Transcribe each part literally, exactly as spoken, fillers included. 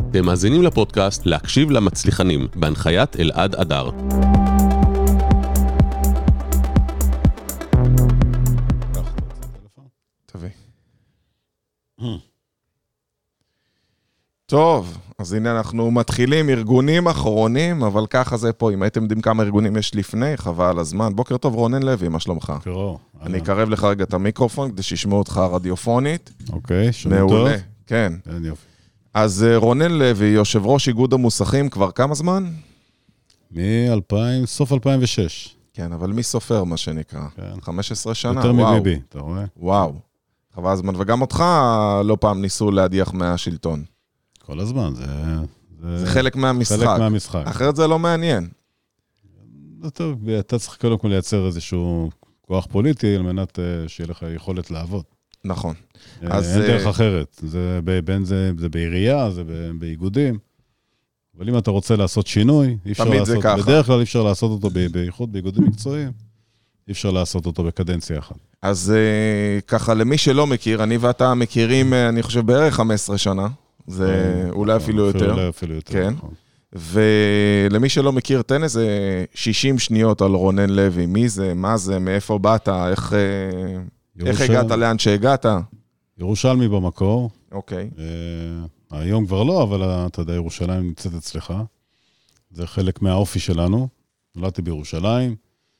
אתם מאזינים לפודקאסט להקשיב למצליחנים, בהנחיית אלעד אדר. תביא. טוב, אז הנה אנחנו מתחילים ארגונים אחרונים, אבל ככה זה פה. אם הייתם יודעים כמה ארגונים יש לפני, חבל על הזמן. בוקר טוב, רונן לוי, מה שלומך? קרוב. אני אקרב לך רגע את המיקרופון, כדי שישמעו אותך רדיופונית. אוקיי, שומעים טוב? מעולה, כן. אין יופי. אז רונן לוי, יושב ראש איגוד המוסכים, כבר כמה זמן? מ-אלפיים, סוף אלפיים ושש. כן, אבל מי סופר, מה שנקרא? כן. חמש עשרה שנה, יותר וואו. מביבי, אתה רואה? וואו. חבל הזמן, וגם אותך לא פעם ניסו להדיח מהשלטון. כל הזמן, זה... זה חלק מהמשחק. חלק מהמשחק. אחרת זה לא מעניין. זה טוב, אתה צריך קודם כל לייצר איזשהו כוח פוליטי, על מנת שיהיה לך יכולת לעבוד. נכון. אין דרך אחרת. זה בין זה, זה בעירייה, זה באיגודים. אבל אם אתה רוצה לעשות שינוי, אי אפשר לעשות, בדרך כלל אי אפשר לעשות אותו בייחוד באיגודים מקצועיים, אי אפשר לעשות אותו בקדנציה אחת. אז ככה, למי שלא מכיר, אני ואתה מכירים, אני חושב, בערך חמש עשרה שנה. זה אולי אפילו יותר. אולי אפילו יותר. כן. ולמי שלא מכיר, תן איזה שישים שניות על רונן לוי. מי זה? מה זה? מאיפה באת? איך, איך הגעת לאן שהגעת? ירושלמי במקור. אוקיי. היום כבר לא, אבל אתה יודע, ירושלים נמצאת אצלך. זה חלק מהאופי שלנו. נולדתי בירושלים.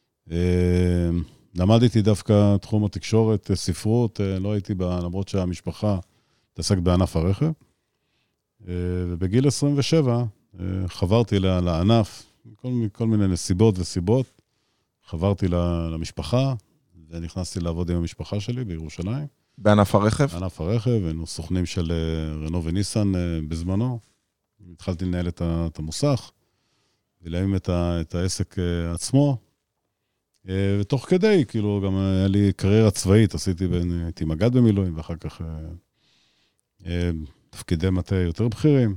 למדתי דווקא תחום התקשורת, ספרות. לא הייתי בה, למרות שהמשפחה תעסק בענף הרכב. ובגיל עשרים ושבע חברתי לענף, כל, כל מיני נסיבות וסיבות, חברתי למשפחה, ונכנסתי לעבוד עם המשפחה שלי בירושלים. בענף הרכב? בענף הרכב, היינו סוכנים של רנו וניסן בזמנו. התחלתי לנהל את המוסך, ולהיים את, את העסק עצמו. ותוך כדי, כאילו, גם היה לי קריירה צבאית, עשיתי בין, הייתי מג"ד במילואים, ואחר כך תפקידי מטה יותר בכירים.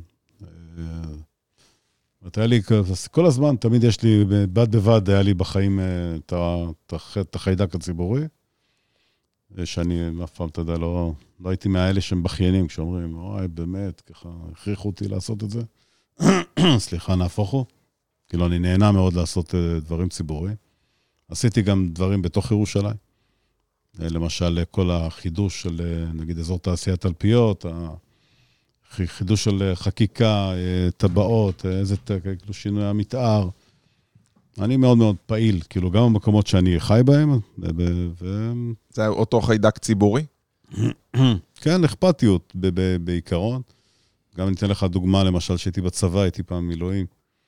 היה לי, כל הזמן, תמיד יש לי, בד בבד היה לי בחיים את החיידק הציבורי, שאני אף פעם, אתה יודע, לא, לא הייתי מהאלה שהם בחיינים, כשאומרים, אוי, באמת, ככה, הכריחו אותי לעשות את זה. סליחה, נהפוך הוא. כאילו, אני נהנה מאוד לעשות דברים ציבוריים. עשיתי גם דברים בתוך ירושלים. למשל, כל החידוש של, נגיד, אזור תעשיית תלפיות, חידוש של חקיקה, טבעות, איזה כאילו שינוי המתאר. אני מאוד מאוד פעיל, כאילו גם במקומות שאני חי בהם. ו... זה אותו חיידק ציבורי? כן, אכפתיות בעיקרון. גם אני אתן לך דוגמה, למשל, שהייתי בצבא, הייתי פעם מילואים,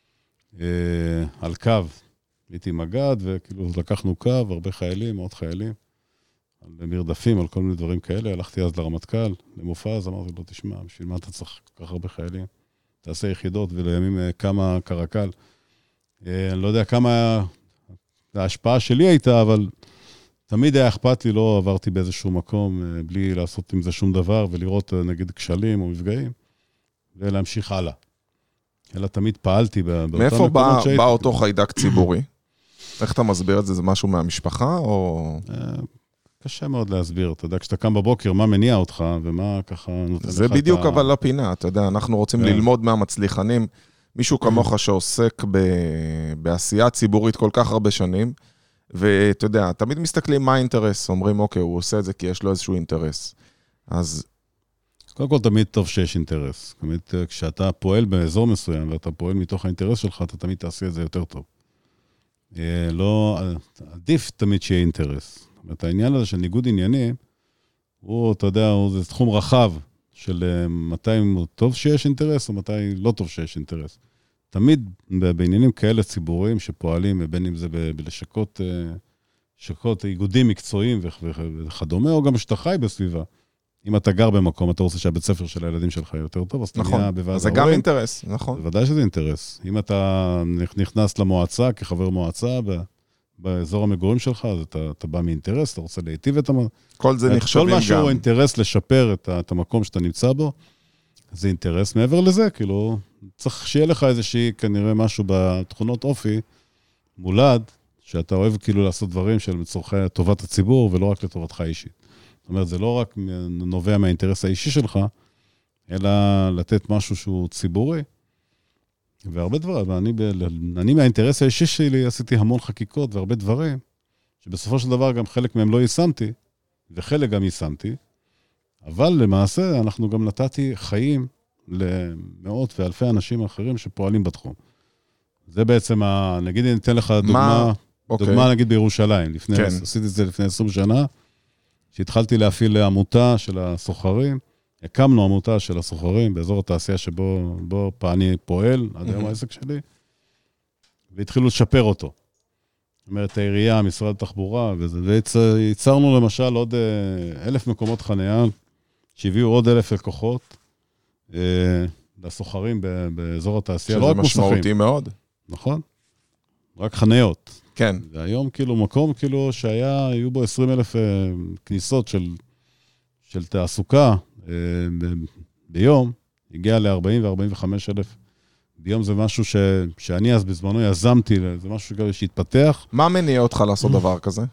על קו, הייתי מג"ד, וכאילו לקחנו קו, הרבה חיילים, מאוד חיילים. על מרדפים, על כל מיני דברים כאלה, הלכתי אז לרמטכ"ל, למופז, אמרתי לו, תשמע, בשביל מה אתה צריך כל כך הרבה חיילים? תעשה יחידות, ולימים כמה קרקל. אני לא יודע כמה ההשפעה שלי הייתה, אבל תמיד היה אכפת לי, לא עברתי באיזשהו מקום, בלי לעשות עם זה שום דבר, ולראות נגיד כשלים או מפגעים, ולהמשיך הלאה. אלא תמיד פעלתי באותם מקומות שהייתי. מאיפה בא אותו חיידק ציבורי? איך אתה מסביר את זה? זה משהו מהמשפחה, או... קשה מאוד להסביר, אתה יודע, כשאתה קם בבוקר, מה מניע אותך, ומה ככה נותן לך... זה בדיוק אבל לפינה, אתה יודע, אנחנו רוצים ללמוד מהמצליחנים, מישהו כמוך שעוסק בעשייה ציבורית כל כך הרבה שנים, ואתה יודע, תמיד מסתכלים מה האינטרס, אומרים, אוקיי, הוא עושה את זה כי יש לו איזשהו אינטרס. אז... קודם כל, תמיד טוב שיש אינטרס. תמיד, כשאתה פועל באזור מסוים, ואתה פועל מתוך האינטרס שלך, אתה תמיד תעשה את זה יותר טוב. לא... עדיף תמיד שיהיה אינטרס. את העניין הזה של ניגוד עניינים, הוא, אתה יודע, הוא, זה תחום רחב של מתי הוא טוב שיש אינטרס, או מתי לא טוב שיש אינטרס. תמיד בעניינים כאלה ציבוריים שפועלים, בין אם זה בלשקות, שקות, איגודים מקצועיים וכדומה, או גם שאתה חי בסביבה. אם אתה גר במקום, אתה רוצה שהבית ספר של הילדים שלך יהיה יותר טוב, אז אתה נהיה בוועד ההורים. זה גם אינטרס, נכון. בוודאי שזה אינטרס. אם אתה נכנס למועצה, כחבר מועצה, באזור המגורים שלך, אז אתה, אתה בא מאינטרס, אתה רוצה להיטיב את המקום. כל זה נחשבים גם. כל משהו הוא אינטרס לשפר את, את המקום שאתה נמצא בו, זה אינטרס. מעבר לזה, כאילו, צריך שיהיה לך איזושהי, כנראה משהו בתכונות אופי, מולד, שאתה אוהב כאילו לעשות דברים של מצורכי טובת הציבור, ולא רק לטובתך אישית. זאת אומרת, זה לא רק נובע מהאינטרס האישי שלך, אלא לתת משהו שהוא ציבורי. והרבה דברים, ואני, אני מהאינטרס האישי שלי עשיתי המון חקיקות והרבה דברים, שבסופו של דבר גם חלק מהם לא יישמתי, וחלק גם יישמתי, אבל למעשה אנחנו גם נתתי חיים למאות ואלפי אנשים אחרים שפועלים בתחום. זה בעצם, ה... נגיד אני אתן לך דוגמה, אוקיי. דוגמה נגיד בירושלים, לפני, כן. עשיתי את זה לפני עשרים שנה, שהתחלתי להפעיל עמותה של הסוחרים, הקמנו עמותה של הסוחרים באזור התעשייה שבו בו אני פועל, עד היום העסק שלי, והתחילו לשפר אותו. זאת אומרת, העירייה, משרד התחבורה, וייצרנו למשל עוד אלף מקומות חניה, שהביאו עוד אלף לקוחות לסוחרים באזור התעשייה, לא רק מוסכים. שזה משמעותי מאוד. נכון? רק חניות. כן. והיום כאילו מקום כאילו שהיה, היו בו עשרים אלף כניסות של, של תעסוקה ביום, הגיע ל-ארבעים ו-ארבעים וחמישה אלף. ביום זה משהו ש, שאני אז בזמנו יזמתי, זה משהו שהתפתח. מה מניע אותך לעשות דבר כזה?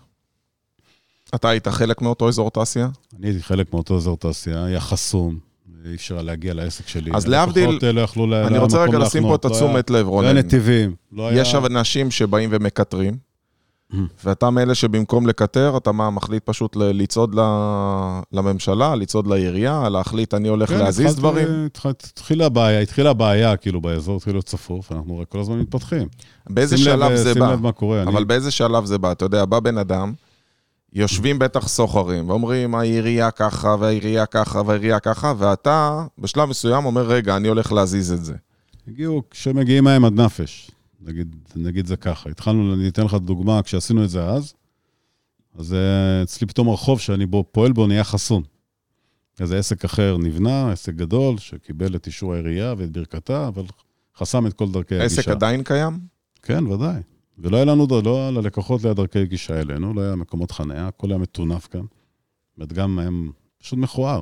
אתה היית חלק מאותו אזור תעשייה? אני הייתי חלק מאותו אזור תעשייה, היה חסום, אי אפשר להגיע לעסק שלי. אז להבדיל, לא יכלו אני רוצה רגע לשים פה את התשומת לב, רונן. לא היה נתיבים. יש אנשים שבאים ומקטרים, ואתה מאלה שבמקום לקטר, אתה מה, מחליט פשוט לצעוד לממשלה, לצעוד לעירייה, להחליט אני הולך להזיז דברים? התחילה הבעיה, התחילה הבעיה כאילו באזור, התחילו צפוף, אנחנו כל הזמן מתפתחים. באיזה שלב זה בא? אבל אבל באיזה שלב זה בא? אתה יודע, בא בן אדם, יושבים בטח סוחרים, ואומרים, העירייה ככה, והעירייה ככה, והעירייה ככה, ואתה בשלב מסוים אומר, רגע, אני הולך להזיז את זה. הגיעו, כשמגיעים מהם עד נפש. נגיד, נגיד זה ככה. התחלנו, אני אתן לך דוגמה, כשעשינו את זה אז, אז אצלי פתאום הרחוב שאני בו, פועל בו נהיה חסום. איזה עסק אחר נבנה, עסק גדול, שקיבל את אישור העירייה ואת ברכתה, אבל חסם את כל דרכי הגישה. עסק עדיין קיים? כן, ודאי. ולא היה לנו, לא ללקוחות ליד דרכי גישה אלינו, לא היה מקומות חניה, הכל היה מטונף כאן. גם הם פשוט מכוער.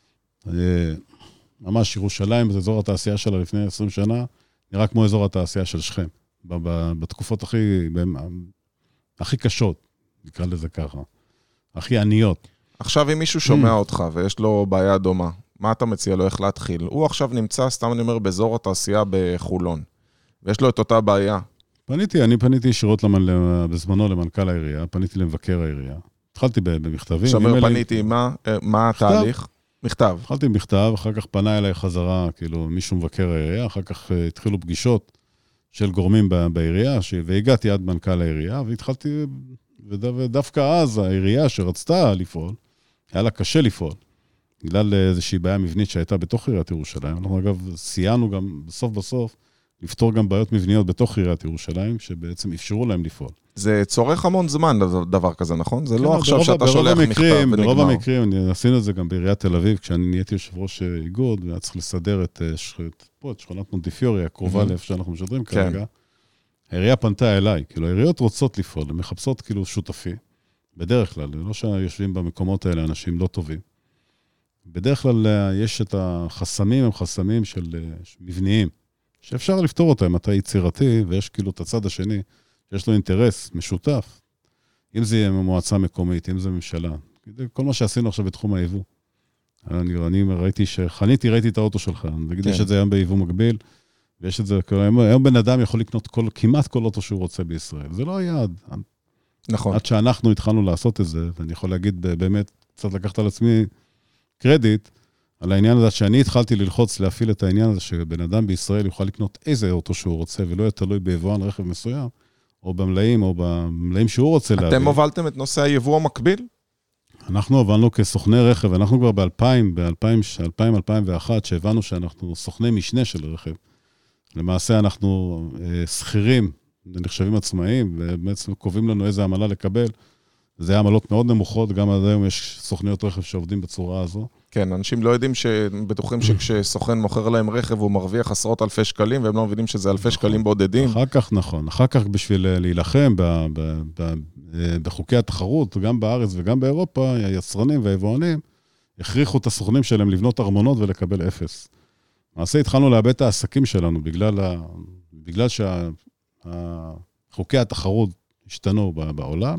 ממש ירושלים, זה אזור התעשייה שלה לפני עשרים שנה, נראה כמו אזור התעשייה של שכם. בתקופות הכי, הכי קשות, נקרא לזה ככה. הכי עניות. עכשיו, אם מישהו שומע אותך ויש לו בעיה דומה, מה אתה מציע לו איך להתחיל? הוא עכשיו נמצא, סתם אני אומר, באזור התעשייה בחולון, ויש לו את אותה בעיה. פניתי, אני פניתי ישירות למנ... בזמנו למנכ"ל העירייה, פניתי למבקר העירייה. התחלתי במכתבים. עכשיו פניתי, מה, מה התהליך? מכתב. התחלתי במכתב, אחר כך פנה אליי חזרה, כאילו מישהו מבקר העירייה, אחר כך התחילו פגישות של גורמים בעירייה, והגעתי עד מנכ"ל העירייה, והתחלתי, ודווקא אז העירייה שרצתה לפעול, היה לה קשה לפעול, בגלל איזושהי בעיה מבנית שהייתה בתוך עיריית ירושלים. אנחנו אגב סייענו גם בסוף בסוף, לפתור גם בעיות מבניות בתוך עיריית ירושלים, שבעצם אפשרו להם לפעול. זה צורך המון זמן דבר כזה, נכון? זה לא עכשיו שאתה שולח מכתב ונגמר. ברוב המקרים, עשינו את זה גם בעיריית תל אביב, כשאני נהייתי יושב ראש איגוד, והיה צריך לסדר את שכונת מונטיפיורי, הקרובה לאיפה שאנחנו משדרים כרגע. העירייה פנתה אליי, כאילו העיריות רוצות לפעול, הן מחפשות כאילו שותפי, בדרך כלל, לא שיושבים במקומות האלה אנשים לא טובים. בדרך כלל יש את החסמים, הם חסמים של מבניים. שאפשר לפתור אותם, אתה יצירתי, ויש כאילו את הצד השני, שיש לו אינטרס משותף, אם זה יהיה מועצה מקומית, אם זה ממשלה, כל מה שעשינו עכשיו בתחום היבוא. אני, אני ראיתי שחניתי, ראיתי את האוטו שלך, נגיד כן. יש את זה היום ביבוא מקביל, ויש את זה, היום בן אדם יכול לקנות כל, כמעט כל אוטו שהוא רוצה בישראל, זה לא היעד. נכון. עד שאנחנו התחלנו לעשות את זה, ואני יכול להגיד באמת, קצת לקחת על עצמי קרדיט, על העניין הזה שאני התחלתי ללחוץ להפעיל את העניין הזה שבן אדם בישראל יוכל לקנות איזה אוטו שהוא רוצה, ולא יהיה תלוי ביבואן רכב מסוים, או במלאים, או במלאים שהוא רוצה להביא. אתם הובלתם את נושא היבוא המקביל? אנחנו הובלנו כסוכני רכב, אנחנו כבר ב-אלפיים, ב-אלפיים, אלפיים ואחת, שהבנו שאנחנו סוכני משנה של רכב. למעשה אנחנו אה, שכירים, נחשבים עצמאיים, ובעצם קובעים לנו איזה עמלה לקבל. זה היה עמלות מאוד נמוכות, גם עד היום יש סוכניות רכב שעובדים בצורה הזו. כן, אנשים לא יודעים שבטוחים שכשסוכן מוכר להם רכב, הוא מרוויח עשרות אלפי שקלים, והם לא מבינים שזה אלפי שקלים בודדים. אחר כך נכון, אחר כך בשביל להילחם בחוקי התחרות, גם בארץ וגם באירופה, היצרנים והיבואנים, הכריחו את הסוכנים שלהם לבנות ארמונות ולקבל אפס. מעשה התחלנו לאבד את העסקים שלנו, בגלל שחוקי התחרות השתנו בעולם,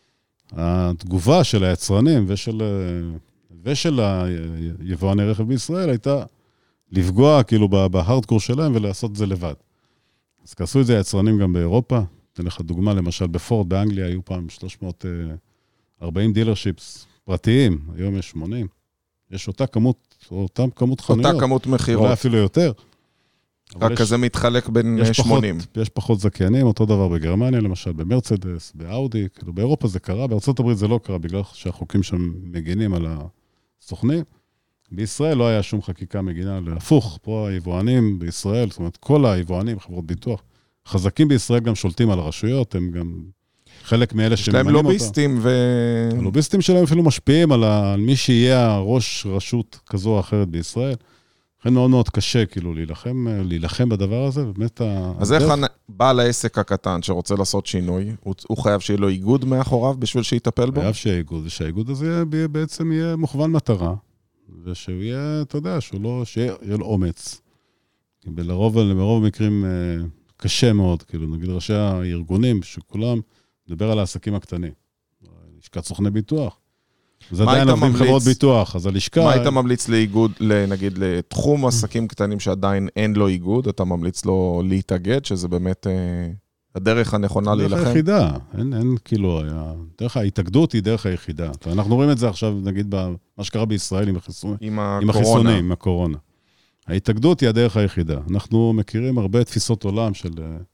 התגובה של היצרנים ושל... ושל היבואני רכב בישראל הייתה לפגוע כאילו בהארדקור שלהם ולעשות את זה לבד. אז כעשו את זה היצרנים גם באירופה. אתן לך דוגמה, למשל בפורד באנגליה היו פעם שלוש מאות וארבעים דילרשיפס פרטיים, היום יש שמונים. יש אותה כמות, אותה כמות חנויות. אותה כמות מחירות. אולי אפילו יותר. רק כזה מתחלק בין שמונים. יש פחות זכיינים, אותו דבר בגרמניה, למשל במרצדס, באאודי, כאילו באירופה זה קרה, בארצות הברית זה לא קרה, בגלל שהחוקים שם מגינים על הסוכנים. בישראל לא היה שום חקיקה מגינה, להפוך, פה היבואנים בישראל, זאת אומרת, כל היבואנים, חברות ביטוח, חזקים בישראל גם שולטים על הרשויות, הם גם חלק מאלה שממנים אותה. יש להם לוביסטים ו... הלוביסטים שלהם אפילו משפיעים על, ה... על מי שיהיה הראש רשות כזו או אחרת בישראל. לכן מאוד מאוד קשה, כאילו, להילחם, להילחם בדבר הזה, באמת... אז איך בעל העסק הקטן שרוצה לעשות שינוי, הוא, הוא חייב שיהיה לו איגוד מאחוריו בשביל שיטפל בו? חייב שיהיה איגוד, ושהאיגוד הזה יהיה, בעצם יהיה מוכוון מטרה, ושהוא יהיה, אתה יודע, שהוא לא, שיהיה לו אומץ. לרוב, לרוב המקרים קשה מאוד, כאילו, נגיד ראשי הארגונים, שכולם מדבר על העסקים הקטנים. לשכת סוכני ביטוח. זה עדיין עובדים חברות ביטוח, אז הלשכה... מה היית ממליץ לאיגוד, נגיד, לתחום עסקים קטנים שעדיין אין לו איגוד, אתה ממליץ לו להתאגד, שזה באמת הדרך הנכונה להילחם? דרך היחידה, אין, אין כאילו, דרך ההתאגדות היא דרך היחידה. אנחנו רואים את זה עכשיו, נגיד, מה שקרה בישראל עם החיסונים, עם החיסונים, עם הקורונה. ההתאגדות היא הדרך היחידה. אנחנו מכירים הרבה תפיסות עולם של...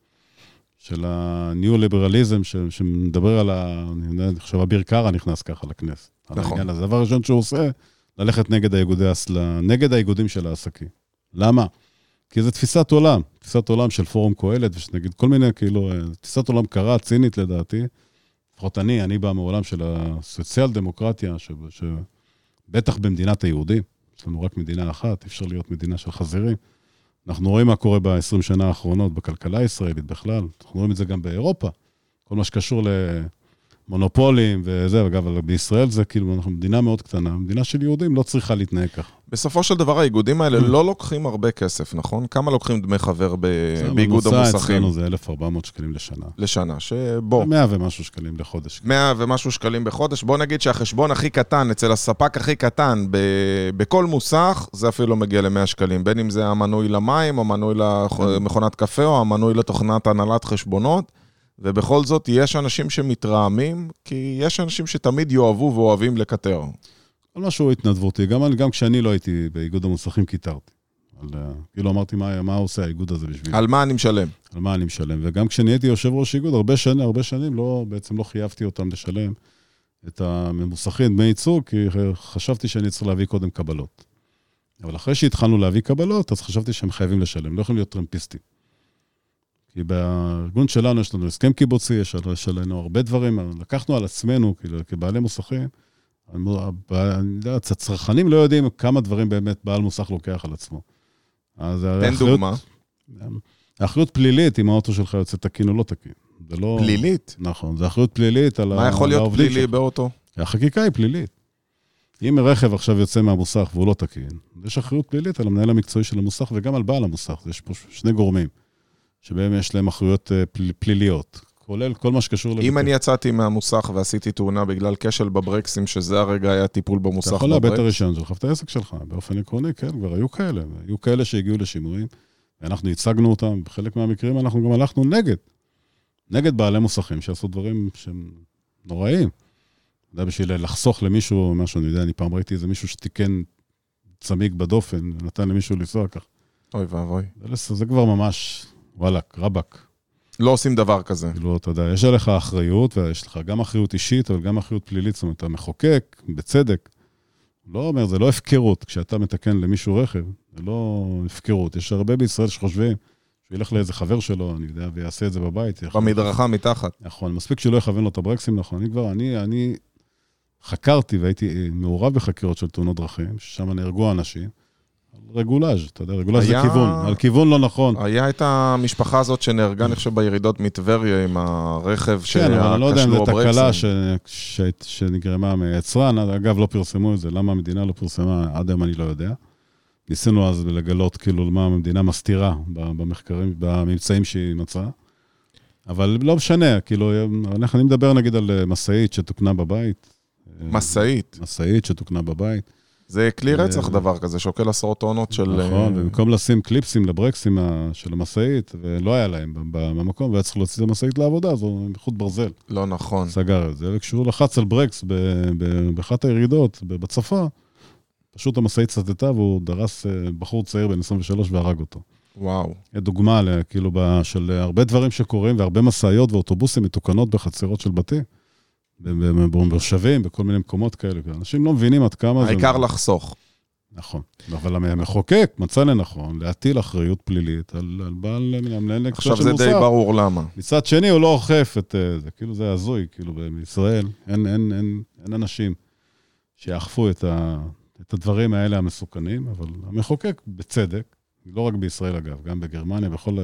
של הניאו-ליברליזם, שמדבר על ה... אני יודע, עכשיו אביר קארה נכנס ככה לכנסת. נכון. זה הדבר הראשון שהוא עושה, ללכת נגד האיגודי, נגד האיגודים של העסקים. למה? כי זה תפיסת עולם, תפיסת עולם של פורום קהלת, ושנגיד כל מיני, כאילו, תפיסת עולם קרה, צינית לדעתי, לפחות אני, אני בא מעולם של הסוציאל דמוקרטיה, שבטח במדינת היהודים, יש לנו רק מדינה אחת, אפשר להיות מדינה של חזירים, אנחנו רואים מה קורה ב-עשרים שנה האחרונות בכלכלה הישראלית בכלל, אנחנו רואים את זה גם באירופה, כל מה שקשור למונופולים וזה, אגב, בישראל זה כאילו, אנחנו מדינה מאוד קטנה, מדינה של יהודים לא צריכה להתנהג ככה. בסופו של דבר, האיגודים האלה לא לוקחים הרבה כסף, נכון? כמה לוקחים דמי חבר באיגוד המוסכים? אצלנו זה אלף וארבע מאות שקלים לשנה. לשנה, שבוא. מאה ומשהו שקלים לחודש. מאה ומשהו שקלים בחודש. בוא נגיד שהחשבון הכי קטן, אצל הספק הכי קטן, בכל מוסך, זה אפילו לא מגיע ל-מאה שקלים. בין אם זה המנוי למים, או מנוי למכונת קפה, או המנוי לתוכנת הנהלת חשבונות. ובכל זאת, יש אנשים שמתרעמים, כי יש אנשים שתמיד יאהבו ואוהבים לקטר. על משהו התנדבותי, גם, גם כשאני לא הייתי באיגוד המוסכים, כיתרתי. על, כאילו אמרתי, מה, מה עושה האיגוד הזה בשביל? על מה אני משלם? על מה אני משלם. וגם כשנהייתי יושב ראש איגוד, הרבה שנים, הרבה שנים לא, בעצם לא חייבתי אותם לשלם את הממוסכים דמי ייצוג, כי חשבתי שאני צריך להביא קודם קבלות. אבל אחרי שהתחלנו להביא קבלות, אז חשבתי שהם חייבים לשלם, לא יכולים להיות טרמפיסטים. כי בארגון שלנו יש לנו הסכם קיבוצי, יש עלינו הרבה דברים, לקחנו על עצמנו, כאילו, כבעלי מוסכים, אני יודע, הצרכנים לא יודעים כמה דברים באמת בעל מוסך לוקח על עצמו. תן דוגמה. האחריות פלילית, אם האוטו שלך יוצא תקין או לא תקין. פלילית? נכון, זה אחריות פלילית על העובדים שלך. מה יכול להיות פלילי באוטו? החקיקה היא פלילית. אם רכב עכשיו יוצא מהמוסך והוא לא תקין, יש אחריות פלילית על המנהל המקצועי של המוסך וגם על בעל המוסך. יש פה שני גורמים. שבהם יש להם אחריות פל, פליליות, כולל כל מה שקשור... אם לביקר. אני יצאתי מהמוסך ועשיתי תאונה בגלל כשל בברקסים, שזה הרגע היה טיפול במוסך בברקס. אתה יכול לאבד את הרישיון שלך, את העסק שלך, באופן עקרוני, כן, כבר היו כאלה, היו כאלה שהגיעו לשימועים, ואנחנו הצגנו אותם, בחלק מהמקרים אנחנו גם הלכנו נגד, נגד בעלי מוסכים, שעשו דברים שהם נוראים. זה היה בשביל לחסוך למישהו, משהו, אני יודע, אני פעם ראיתי איזה מישהו שתיקן צמיג בדופן, נתן למישהו לנסוע כך. אוי ואבוי. זה, זה כבר ממש... וואלק, רבק. לא עושים דבר כזה. לא, אתה יודע, יש עליך אחריות, ויש לך גם אחריות אישית, אבל גם אחריות פלילית, זאת אומרת, אתה מחוקק, בצדק. לא אומר, זה לא הפקרות, כשאתה מתקן למישהו רכב, זה לא הפקרות. יש הרבה בישראל שחושבים, שהוא ילך לאיזה חבר שלו, אני יודע, ויעשה את זה בבית. במדרכה מתחת. נכון, מספיק שלא יכוון לו את הברקסים, נכון. אני כבר, אני, אני חקרתי, והייתי מעורב בחקירות של תאונות דרכים, ששם נהרגו אנשים, רגולאז', אתה יודע, רגולאז' זה כיוון, על כיוון לא נכון. היה את המשפחה הזאת שנהרגה, אני חושב, בירידות מטבריה עם הרכב שקשלו הברקסים. כן, אבל אני לא יודע אם זו תקלה שנגרמה מיצרן, אגב, לא פרסמו את זה, למה המדינה לא פרסמה, עד היום אני לא יודע. ניסינו אז לגלות כאילו מה המדינה מסתירה במחקרים, בממצאים שהיא מצאה, אבל לא משנה, כאילו, אני מדבר נגיד על מסעית שתוקנה בבית. מסעית? מסעית שתוקנה בבית. זה כלי רצח דבר כזה, שוקל עשרות טונות של... נכון, ובמקום לשים קליפסים לברקסים של המשאית, ולא היה להם במקום, והיה צריך להוציא את המשאית לעבודה, אז הוא מחוט ברזל. לא נכון. סגר את זה, וכשהוא לחץ על ברקס באחת הירידות, בצפה, פשוט המשאית סטטה, והוא דרס בחור צעיר בן עשרים ושלוש והרג אותו. וואו. דוגמה כאילו של הרבה דברים שקורים, והרבה מסעיות ואוטובוסים מתוקנות בחצרות של בתים, במושבים, בכל מיני מקומות כאלה. אנשים לא מבינים עד כמה זה... העיקר לחסוך. נכון. אבל המחוקק מצא לנכון להטיל אחריות פלילית על בעל מנהל נקודה של מוסר. עכשיו זה די ברור למה. מצד שני הוא לא אוכף את זה. כאילו זה הזוי, כאילו בישראל אין, אין, אין, אין אנשים שיאכפו את, ה, את הדברים האלה המסוכנים, אבל המחוקק בצדק, לא רק בישראל אגב, גם בגרמניה, בכל,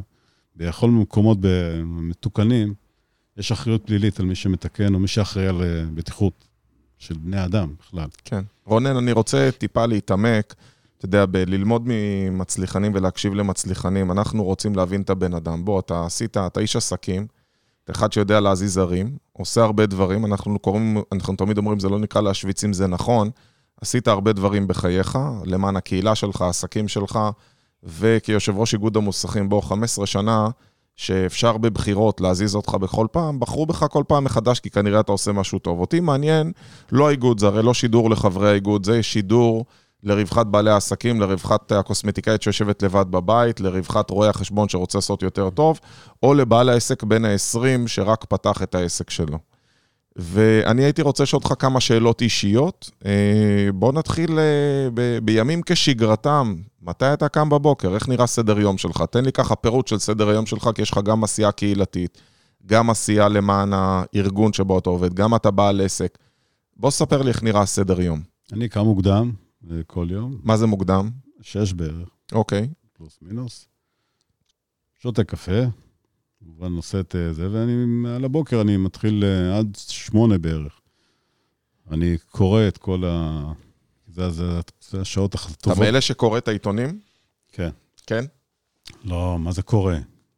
בכל מקומות מתוקנים, יש אחריות פלילית על מי שמתקן, או מי שאחראי על בטיחות של בני אדם בכלל. כן. רונן, אני רוצה טיפה להתעמק, אתה יודע, ללמוד ממצליחנים ולהקשיב למצליחנים. אנחנו רוצים להבין את הבן אדם. בוא, אתה עשית, אתה איש עסקים, אתה אחד שיודע להזיז הרים, עושה הרבה דברים, אנחנו קוראים, אנחנו תמיד אומרים, זה לא נקרא להשוויץ אם זה נכון, עשית הרבה דברים בחייך, למען הקהילה שלך, העסקים שלך, וכיושב ראש איגוד המוסכים, בו חמש עשרה שנה, שאפשר בבחירות להזיז אותך בכל פעם, בחרו בך כל פעם מחדש, כי כנראה אתה עושה משהו טוב. אותי מעניין, לא האיגוד, זה הרי לא שידור לחברי האיגוד, זה שידור לרווחת בעלי העסקים, לרווחת הקוסמטיקאית שיושבת לבד בבית, לרווחת רואי החשבון שרוצה לעשות יותר טוב, או לבעל העסק בין ה-עשרים שרק פתח את העסק שלו. ואני הייתי רוצה לשאול אותך כמה שאלות אישיות. בוא נתחיל ב- בימים כשגרתם. מתי אתה קם בבוקר? איך נראה סדר יום שלך? תן לי ככה פירוט של סדר היום שלך, כי יש לך גם עשייה קהילתית, גם עשייה למען הארגון שבו אתה עובד, גם אתה בעל עסק. בוא ספר לי איך נראה סדר יום. אני קם מוקדם כל יום. מה זה מוקדם? שש בערך. אוקיי. פלוס מינוס. שותה קפה. כמובן נושא את זה, ואני, על הבוקר אני מתחיל עד שמונה בערך. אני קורא את כל ה... זה, זה, זה השעות הטובות. אתה מאלה שקורא את העיתונים? כן. כן? לא, מה זה קורא?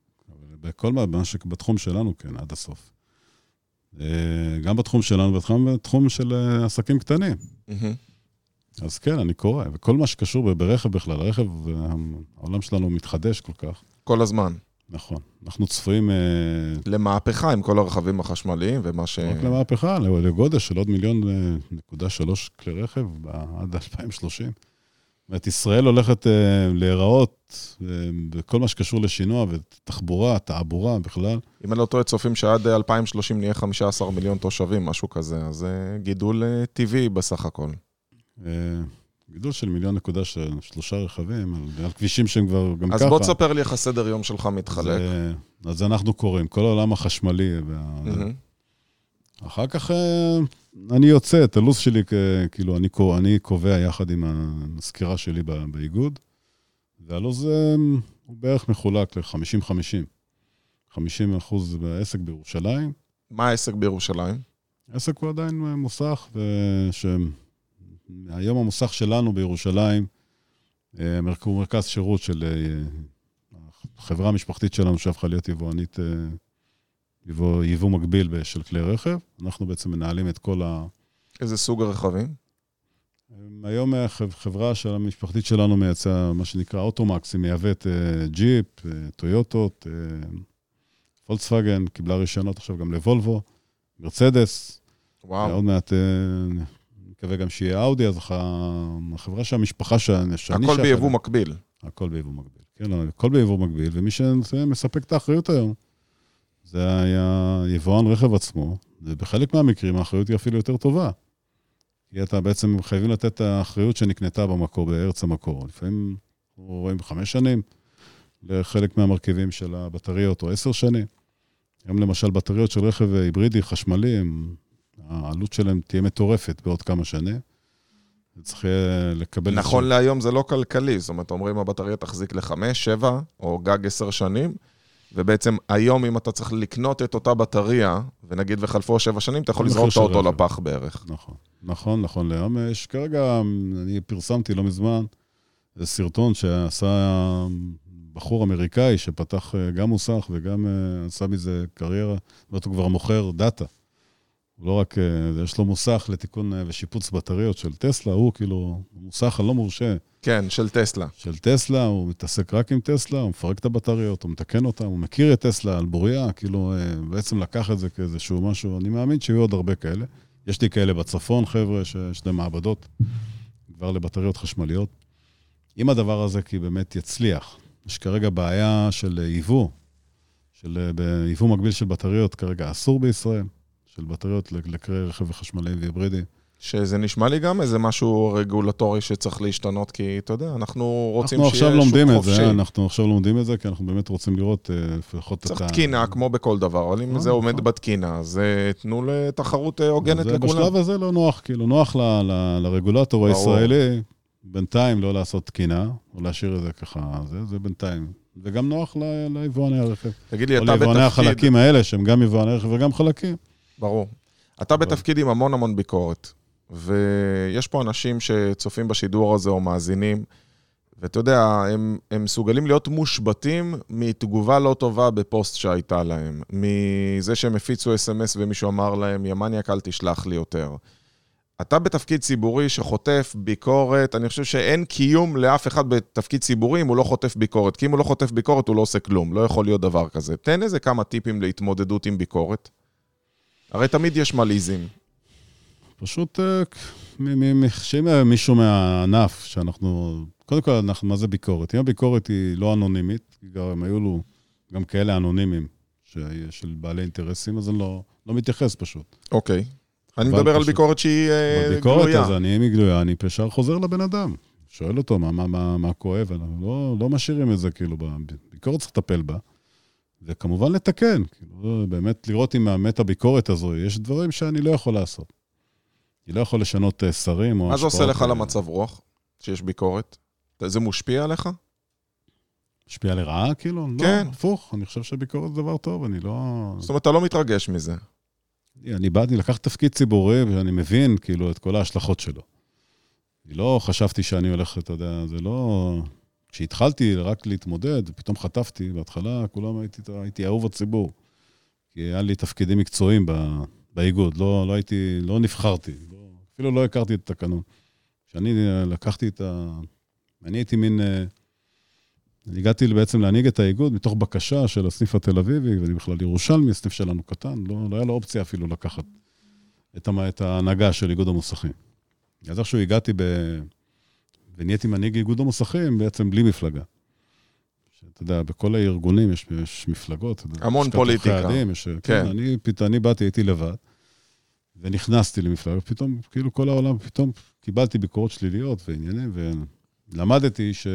בכל מה, בתחום שלנו, כן, עד הסוף. גם בתחום שלנו, בתחום של עסקים קטנים. אז כן, אני קורא, וכל מה שקשור ברכב בכלל, הרכב, העולם שלנו מתחדש כל כך. כל הזמן. נכון. אנחנו צפויים... למהפכה עם כל הרכבים החשמליים ומה ש... רק למהפכה, לגודל של עוד מיליון נקודה שלוש כלי רכב עד אלפיים ושלושים. זאת אומרת, ישראל הולכת להיראות בכל מה שקשור לשינוע ותחבורה, תעבורה בכלל. אם אני לא טועה, צופים שעד אלפיים ושלושים נהיה חמישה עשר מיליון תושבים, משהו כזה. אז זה גידול טבעי בסך הכל. גידול של מיליון נקודה של שלושה רכבים, על כבישים שהם כבר גם אז ככה. אז בוא תספר לי איך הסדר יום שלך מתחלק. אז, אז אנחנו קוראים, כל העולם החשמלי. וה... Mm-hmm. אחר כך אני יוצא, את הלו"ז שלי, כאילו אני, אני קובע יחד עם הסקירה שלי באיגוד, והלו"ז הוא בערך מחולק ל-חמישים חמישים. חמישים אחוז בעסק בירושלים. מה העסק בירושלים? העסק הוא עדיין מוסך, וש... היום המוסך שלנו בירושלים, הוא מרכז שירות של החברה המשפחתית שלנו שהפכה להיות יבואנית, יבוא, יבוא מקביל של כלי רכב. אנחנו בעצם מנהלים את כל ה... איזה סוג הרכבים? היום החברה של המשפחתית שלנו מייצא מה שנקרא אוטומקס, היא מייבאת ג'יפ, טויוטות, פולקסווגן, קיבלה רישיונות עכשיו גם לוולבו, מרצדס. וואו. עוד מעט... מקווה גם שיהיה אאודי, אז החברה שהמשפחה שאני... הכל ביבוא מקביל. הכל ביבוא מקביל, כן, הכל ביבוא מקביל, ומי שמספק את האחריות היום, זה היה יבואן רכב עצמו, ובחלק מהמקרים האחריות היא אפילו יותר טובה. כי אתה בעצם חייבים לתת את האחריות שנקנתה במקור, בארץ המקור. לפעמים רואים חמש שנים, לחלק מהמרכיבים של הבטריות, או עשר שנים. גם למשל בטריות של רכב היברידי חשמלי, הם... העלות שלהם תהיה מטורפת בעוד כמה שנים. צריך לקבל... נכון להיום זה לא כלכלי, זאת אומרת, אומרים הבטריה תחזיק לחמש, שבע, או גג עשר שנים, ובעצם היום אם אתה צריך לקנות את אותה בטריה, ונגיד וחלפו שבע שנים, אתה יכול לזרוק את האוטו לפח בערך. נכון, נכון, נכון. להיום יש כרגע, אני פרסמתי לא מזמן, זה סרטון שעשה בחור אמריקאי, שפתח גם מוסך, וגם עשה מזה קריירה, זאת אומרת, הוא כבר מוכר דאטה. הוא לא רק, יש לו מוסך לתיקון ושיפוץ בטריות של טסלה, הוא כאילו מוסך הלא מורשה. כן, של טסלה. של טסלה, הוא מתעסק רק עם טסלה, הוא מפרק את הבטריות, הוא מתקן אותם, הוא מכיר את טסלה על בוריה, כאילו בעצם לקח את זה כאיזשהו משהו, אני מאמין שיהיו עוד הרבה כאלה. יש לי כאלה בצפון, חבר'ה, שיש להם מעבדות, כבר לבטריות חשמליות. אם הדבר הזה כי באמת יצליח, יש כרגע בעיה של ייבוא, של ייבוא מקביל של בטריות, כרגע אסור בישראל, של בטריות לכלי רכב חשמליים והיברידיים. שזה נשמע לי גם איזה משהו רגולטורי שצריך להשתנות, כי אתה יודע, אנחנו רוצים אנחנו שיהיה עכשיו שוק לומדים חופשי. את זה, אנחנו עכשיו לומדים את זה, כי אנחנו באמת רוצים לראות לפחות את ה... צריך תקינה, כמו בכל דבר, אבל אם זה עומד בתקינה, אז תנו לתחרות הוגנת לכולם. בשלב הזה לא נוח, כאילו, נוח לרגולטור הישראלי, בינתיים לא לעשות תקינה, או להשאיר את זה ככה, זה בינתיים. וגם נוח ליבואני הרכב. תגיד לי, אתה בתפקיד... או ליבואני בתפקיד... החלקים האלה, שהם גם יבואני הרכב וגם חלקים. ברור. אתה בתפקיד עם המון המון ביקורת, ויש פה אנשים שצופים בשידור הזה או מאזינים, ואתה יודע, הם, הם מסוגלים להיות מושבטים מתגובה לא טובה בפוסט שהייתה להם, מזה שהם הפיצו אס אם אס ומישהו אמר להם, ימניאק אל תשלח לי יותר. אתה בתפקיד ציבורי שחוטף ביקורת, אני חושב שאין קיום לאף אחד בתפקיד ציבורי אם הוא לא חוטף ביקורת, כי אם הוא לא חוטף ביקורת הוא לא עושה כלום, לא יכול להיות דבר כזה. תן איזה כמה טיפים להתמודדות עם ביקורת. הרי תמיד יש מליזים. פשוט, שאם מישהו מהענף, שאנחנו, קודם כל, אנחנו, מה זה ביקורת? אם הביקורת היא לא אנונימית, גם היו לו גם כאלה אנונימיים של בעלי אינטרסים, אז אני לא, לא מתייחס פשוט. אוקיי. אני מדבר על ביקורת שהיא גלויה. בביקורת, אז אני, אם היא גלויה, אני פשר חוזר לבן אדם. שואל אותו מה, מה, מה, מה כואב, אנחנו לא, לא משאירים את זה, כאילו, בביקורת צריך לטפל בה. וכמובן לתקן, כאילו, באמת לראות אם האמת הביקורת הזו, יש דברים שאני לא יכול לעשות. אני לא יכול לשנות שרים או... מה זה עושה לך למצב רוח, שיש ביקורת? זה מושפיע עליך? משפיע לרעה, כאילו? כן. לא, הפוך, אני חושב שביקורת זה דבר טוב, אני לא... זאת אומרת, אתה לא מתרגש מזה. אני באתי לקח תפקיד ציבורי, ואני מבין, כאילו, את כל ההשלכות שלו. אני לא חשבתי שאני הולך, אתה יודע, זה לא... כשהתחלתי רק להתמודד, פתאום חטפתי, בהתחלה כולם הייתי, הייתי אהוב הציבור. כי היה לי תפקידים מקצועיים באיגוד, לא, לא הייתי, לא נבחרתי, לא, אפילו לא הכרתי את התקנון. כשאני לקחתי את ה... אני הייתי מין... אני הגעתי בעצם להנהיג את האיגוד מתוך בקשה של הסניף התל אביבי, ואני בכלל ירושלמי, הסניף שלנו קטן, לא, לא היה לו אופציה אפילו לקחת את, את ההנהגה של איגוד המוסכים. אז איכשהו הגעתי ב... ונהייתי מנהיג איגוד המוסכים בעצם בלי מפלגה. אתה יודע, בכל הארגונים יש, יש מפלגות. המון פוליטיקה. חיידים, יש, כן. כן, אני, פתאום, אני באתי, הייתי לבד, ונכנסתי למפלגה, ופתאום, כאילו כל העולם, פתאום קיבלתי ביקורות שליליות ועניינים, ולמדתי ש...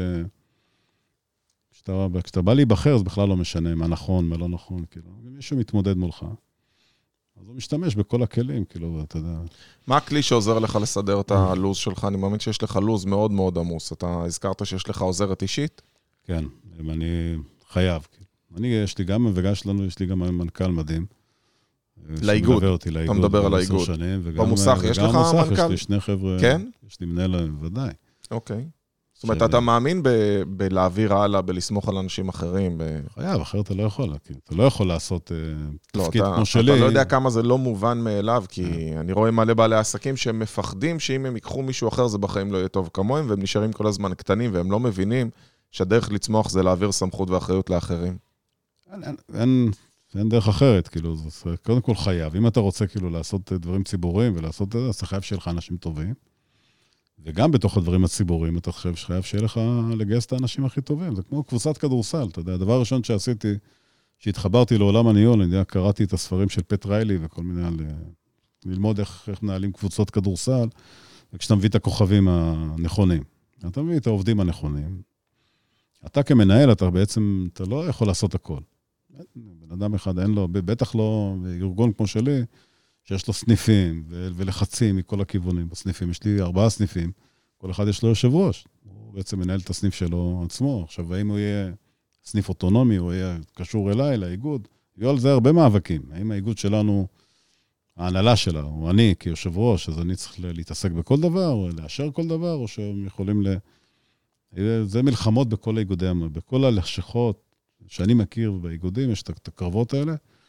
כשאתה, כשאתה בא להיבחר, זה בכלל לא משנה מה נכון, מה לא נכון, כאילו. מישהו מתמודד מולך. אז הוא משתמש בכל הכלים, כאילו, אתה יודע. מה הכלי שעוזר לך לסדר את הלוז שלך? אני מאמין שיש לך לוז מאוד מאוד עמוס. אתה הזכרת שיש לך עוזרת אישית? כן, אני חייב. אני, יש לי גם, וגם שלנו, יש לי גם מנכ"ל מדהים. לאיגוד. אותי, לאיגוד. אתה מדבר על האיגוד. שנים, וגם, במוסך יש לך מנכ"ל? יש לי שני חבר'ה. כן? יש לי מנהל, ודאי. אוקיי. זאת אומרת, אתה מאמין בלהעביר הלאה, בלסמוך על אנשים אחרים? חייב, אחרת אתה לא יכול. אתה לא יכול לעשות תפקיד כמו שלי. אתה לא יודע כמה זה לא מובן מאליו, כי אני רואה מלא בעלי עסקים שהם מפחדים שאם הם ייקחו מישהו אחר, זה בחיים לא יהיה טוב כמוהם, והם נשארים כל הזמן קטנים, והם לא מבינים שהדרך לצמוח זה להעביר סמכות ואחריות לאחרים. אין... אין דרך אחרת, כאילו, זה קודם כל חייב. אם אתה רוצה, כאילו, לעשות דברים ציבוריים ולעשות את זה, אז אתה חייב שיהיה לך אנשים טובים. וגם בתוך הדברים הציבוריים, אתה חושב שחייב שיהיה לך לגייס את האנשים הכי טובים. זה כמו קבוצת כדורסל, אתה יודע. הדבר הראשון שעשיתי, שהתחברתי לעולם הניהול, אני יודע, קראתי את הספרים של פט ריילי וכל מיני, על, ללמוד איך, איך מנהלים קבוצות כדורסל, וכשאתה מביא את הכוכבים הנכונים. אתה מביא את העובדים הנכונים. אתה כמנהל, אתה בעצם, אתה לא יכול לעשות הכל. בן אדם אחד אין לו, בטח לא ארגון כמו שלי, שיש לו סניפים ולחצים מכל הכיוונים. בסניפים יש לי ארבעה סניפים, כל אחד יש לו יושב ראש. הוא בעצם מנהל את הסניף שלו עצמו. עכשיו, האם הוא יהיה סניף אוטונומי, הוא יהיה קשור אליי, לאיגוד, יהיו על זה הרבה מאבקים. האם האיגוד שלנו, ההנהלה שלה, או אני כיושב ראש, אז אני צריך להתעסק בכל דבר, או לאשר כל דבר, או שהם יכולים ל... זה מלחמות בכל האיגודים, בכל הלשכות, שאני מכיר באיגודים, יש את הקרבות האלה,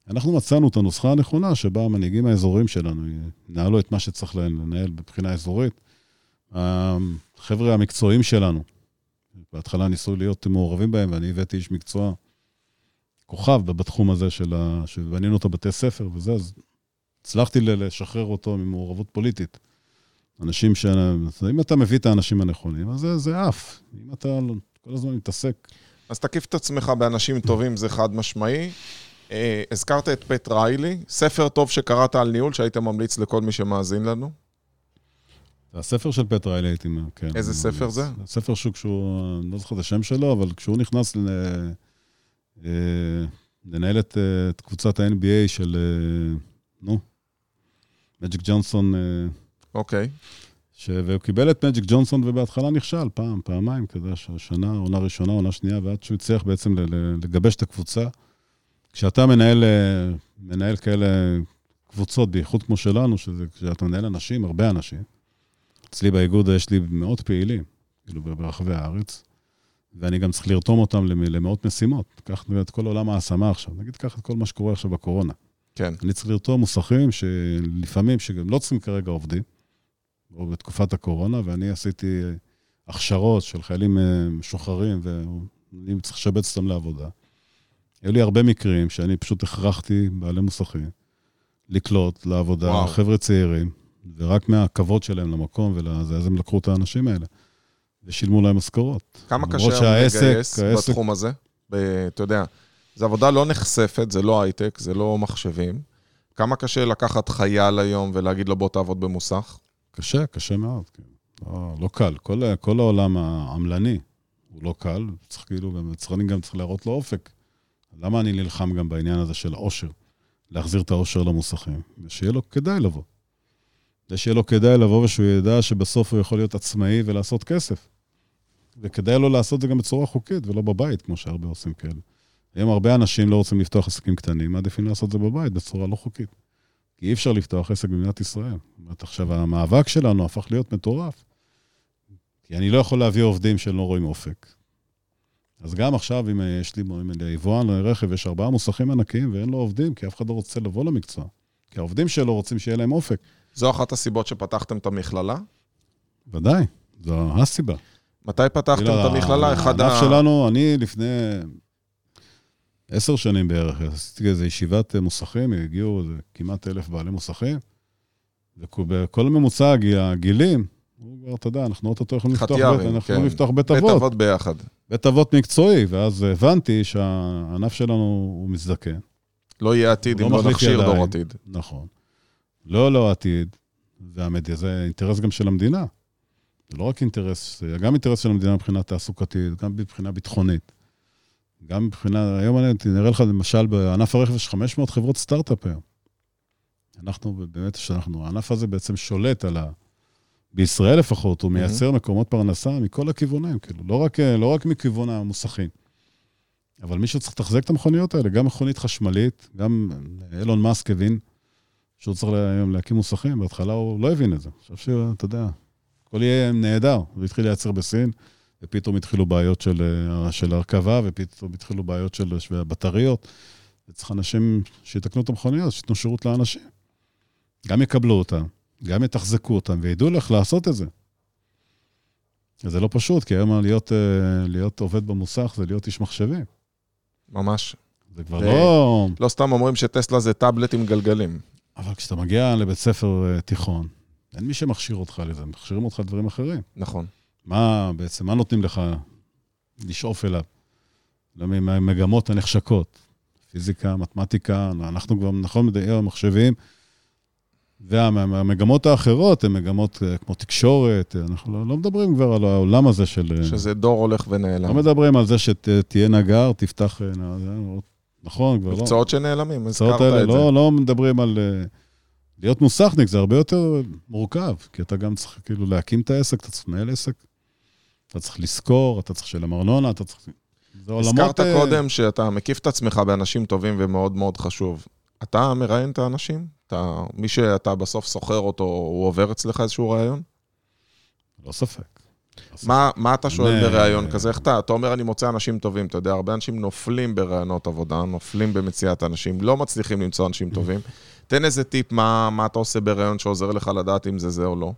אנחנו מצאנו את הנוסחה הנכונה, שבה המנהיגים האזוריים שלנו ינהלו את מה שצריך לנהל בבחינה אזורית. החבר'ה המקצועיים שלנו, בהתחלה ניסו להיות מעורבים בהם, ואני הבאתי איש מקצוע כוכב בתחום הזה, שבנינו אותו בתי ספר וזה, אז הצלחתי לשחרר אותו ממעורבות פוליטית. אנשים ש... אם אתה מביא את האנשים הנכונים, אז זה, זה אף. אם אתה כל הזמן מתעסק... אז תקיף את עצמך באנשים טובים, זה חד משמעי. אה, הזכרת את פט ריילי, ספר טוב שקראת על ניהול, שהיית ממליץ לכל מי שמאזין לנו. הספר של פט ריילי הייתי, כן. איזה ספר זה? הספר שהוא, אני לא זוכר את השם שלו, אבל כשהוא נכנס ל... לנהל את, את קבוצת ה-אן בי איי של, נו, מג'יק ג'ונסון. אוקיי. ש... והוא קיבל את מג'יק ג'ונסון, ובהתחלה נכשל, פעם, פעמיים, כזה, שנה, עונה ראשונה, עונה שנייה, ועד שהוא הצליח בעצם לגבש את הקבוצה. כשאתה מנהל, מנהל כאלה קבוצות, בייחוד כמו שלנו, שזה, כשאתה מנהל אנשים, הרבה אנשים, אצלי באיגוד יש לי מאות פעילים, כאילו ברחבי הארץ, ואני גם צריך לרתום אותם למאות משימות. קח את כל עולם ההשמה עכשיו. נגיד, קח את כל מה שקורה עכשיו בקורונה. כן. אני צריך לרתום מוסכים שלפעמים, שגם לא צריכים כרגע עובדים, או בתקופת הקורונה, ואני עשיתי הכשרות של חיילים משוחררים, ואני צריך לשבץ אותם לעבודה. היו לי הרבה מקרים שאני פשוט הכרחתי בעלי מוסכים, לקלוט לעבודה, וואו. חבר'ה צעירים, ורק מהכבוד שלהם למקום, ולזה, אז הם לקחו את האנשים האלה. ושילמו להם משכורות. כמה קשה לגייס בתחום הזה? אתה יודע, זו עבודה לא נחשפת, זה לא הייטק, זה לא מחשבים. כמה קשה לקחת חייל היום ולהגיד לו בוא תעבוד במוסך? קשה, קשה מאוד. לא קל. כל העולם העמלני הוא לא קל. צריך כאילו, יצרנים גם צריך להראות לו אופק. למה אני נלחם גם בעניין הזה של העושר? להחזיר את העושר למוסכים. ושיהיה לו כדאי לבוא. ושיהיה לו כדאי לבוא ושהוא ידע שבסוף הוא יכול להיות עצמאי ולעשות כסף. וכדאי לו לעשות זה גם בצורה חוקית, ולא בבית, כמו שהרבה עושים כאלה. היום הרבה אנשים לא רוצים לפתוח עסקים קטנים, מעדיפים לעשות זה בבית, בצורה לא חוקית. כי אי אפשר לפתוח עסק במדינת ישראל. זאת אומרת, עכשיו, המאבק שלנו הפך להיות מטורף. כי אני לא יכול להביא עובדים שלא רואים אופק. אז גם עכשיו, אם יש לי, אם ליבואן לרכב, יש ארבעה מוסכים ענקיים, ואין לו עובדים, כי אף אחד לא רוצה לבוא למקצוע. כי העובדים שלו רוצים שיהיה להם אופק. זו אחת הסיבות שפתחתם את המכללה? ודאי, זו הסיבה. מתי פתחתם את המכללה? אחד הענף שלנו, אני לפני עשר שנים בערך, עשיתי איזו ישיבת מוסכים, הגיעו כמעט אלף בעלי מוסכים, ובכל ממוצע הגילים, הוא כבר, אתה יודע, אנחנו אותו יכולים לפתוח בית, אנחנו יכולים לפתוח בית אבות. בית אבות ביחד. בית אבות מקצועי, ואז הבנתי שהענף שלנו הוא מזדקן. לא יהיה עתיד אם לא נכשיר דור עתיד. נכון. לא לא עתיד, והמדיה, זה אינטרס גם של המדינה. זה לא רק אינטרס, זה גם אינטרס של המדינה מבחינה תעסוקתית, גם מבחינה ביטחונית. גם מבחינה, היום אני נראה לך למשל בענף הרכב יש חמש מאות חברות סטארט-אפ היום. אנחנו באמת, שאנחנו, הענף הזה בעצם שולט על ה... בישראל לפחות, הוא מייצר מקומות פרנסה מכל הכיוונים, כאילו, לא רק, לא רק מכיוון המוסכים. אבל מישהו צריך לתחזק את המכוניות האלה, גם מכונית חשמלית, גם אילון מאסק הבין שהוא צריך היום להקים מוסכים, בהתחלה הוא לא הבין את זה. עכשיו שאתה יודע, הכל יהיה נהדר, הוא התחיל לייצר בסין, ופתאום התחילו בעיות של, של הרכבה, ופתאום התחילו בעיות של בטריות, וצריך אנשים שיתקנו את המכוניות, שיתנו שירות לאנשים. גם יקבלו אותם, גם יתחזקו אותם, וידעו לך לעשות את זה. זה לא פשוט, כי היום להיות, להיות עובד במוסך זה להיות איש מחשבים. ממש. זה כבר לא... לא סתם אומרים שטסלה זה טאבלט עם גלגלים. אבל כשאתה מגיע לבית ספר תיכון, אין מי שמכשיר אותך לזה, מכשירים אותך דברים אחרים. נכון. מה בעצם, מה נותנים לך לשאוף אליו? למגמות הנחשקות, פיזיקה, מתמטיקה, אנחנו כבר נכון מדעי המחשבים, והמגמות האחרות הן מגמות כמו תקשורת, אנחנו לא, לא מדברים כבר על העולם הזה של... שזה דור הולך ונעלם. לא מדברים על זה שתהיה נגר, תפתח... נכון, כבר לא... מקצועות שנעלמים, הזכרת את זה. לא, לא מדברים על... להיות מוסכניק זה הרבה יותר מורכב, כי אתה גם צריך כאילו להקים את העסק, אתה צריך לנהל עסק, אתה צריך לזכור, אתה צריך לשלם ארנונה, אתה צריך... הזכרת קודם שאתה מקיף את עצמך באנשים טובים ומאוד מאוד חשוב. אתה מראיין את האנשים? אתה, מי שאתה בסוף סוחר אותו, הוא עובר אצלך איזשהו רעיון? לא ספק. מה, מה אתה שואל בראיון כזה? איך אתה, אתה אומר, אני מוצא אנשים טובים, אתה יודע, הרבה אנשים נופלים בראיונות עבודה, נופלים במציאת אנשים, לא מצליחים למצוא אנשים טובים. תן איזה טיפ, מה, מה אתה עושה בראיון שעוזר לך לדעת אם זה זה או לא?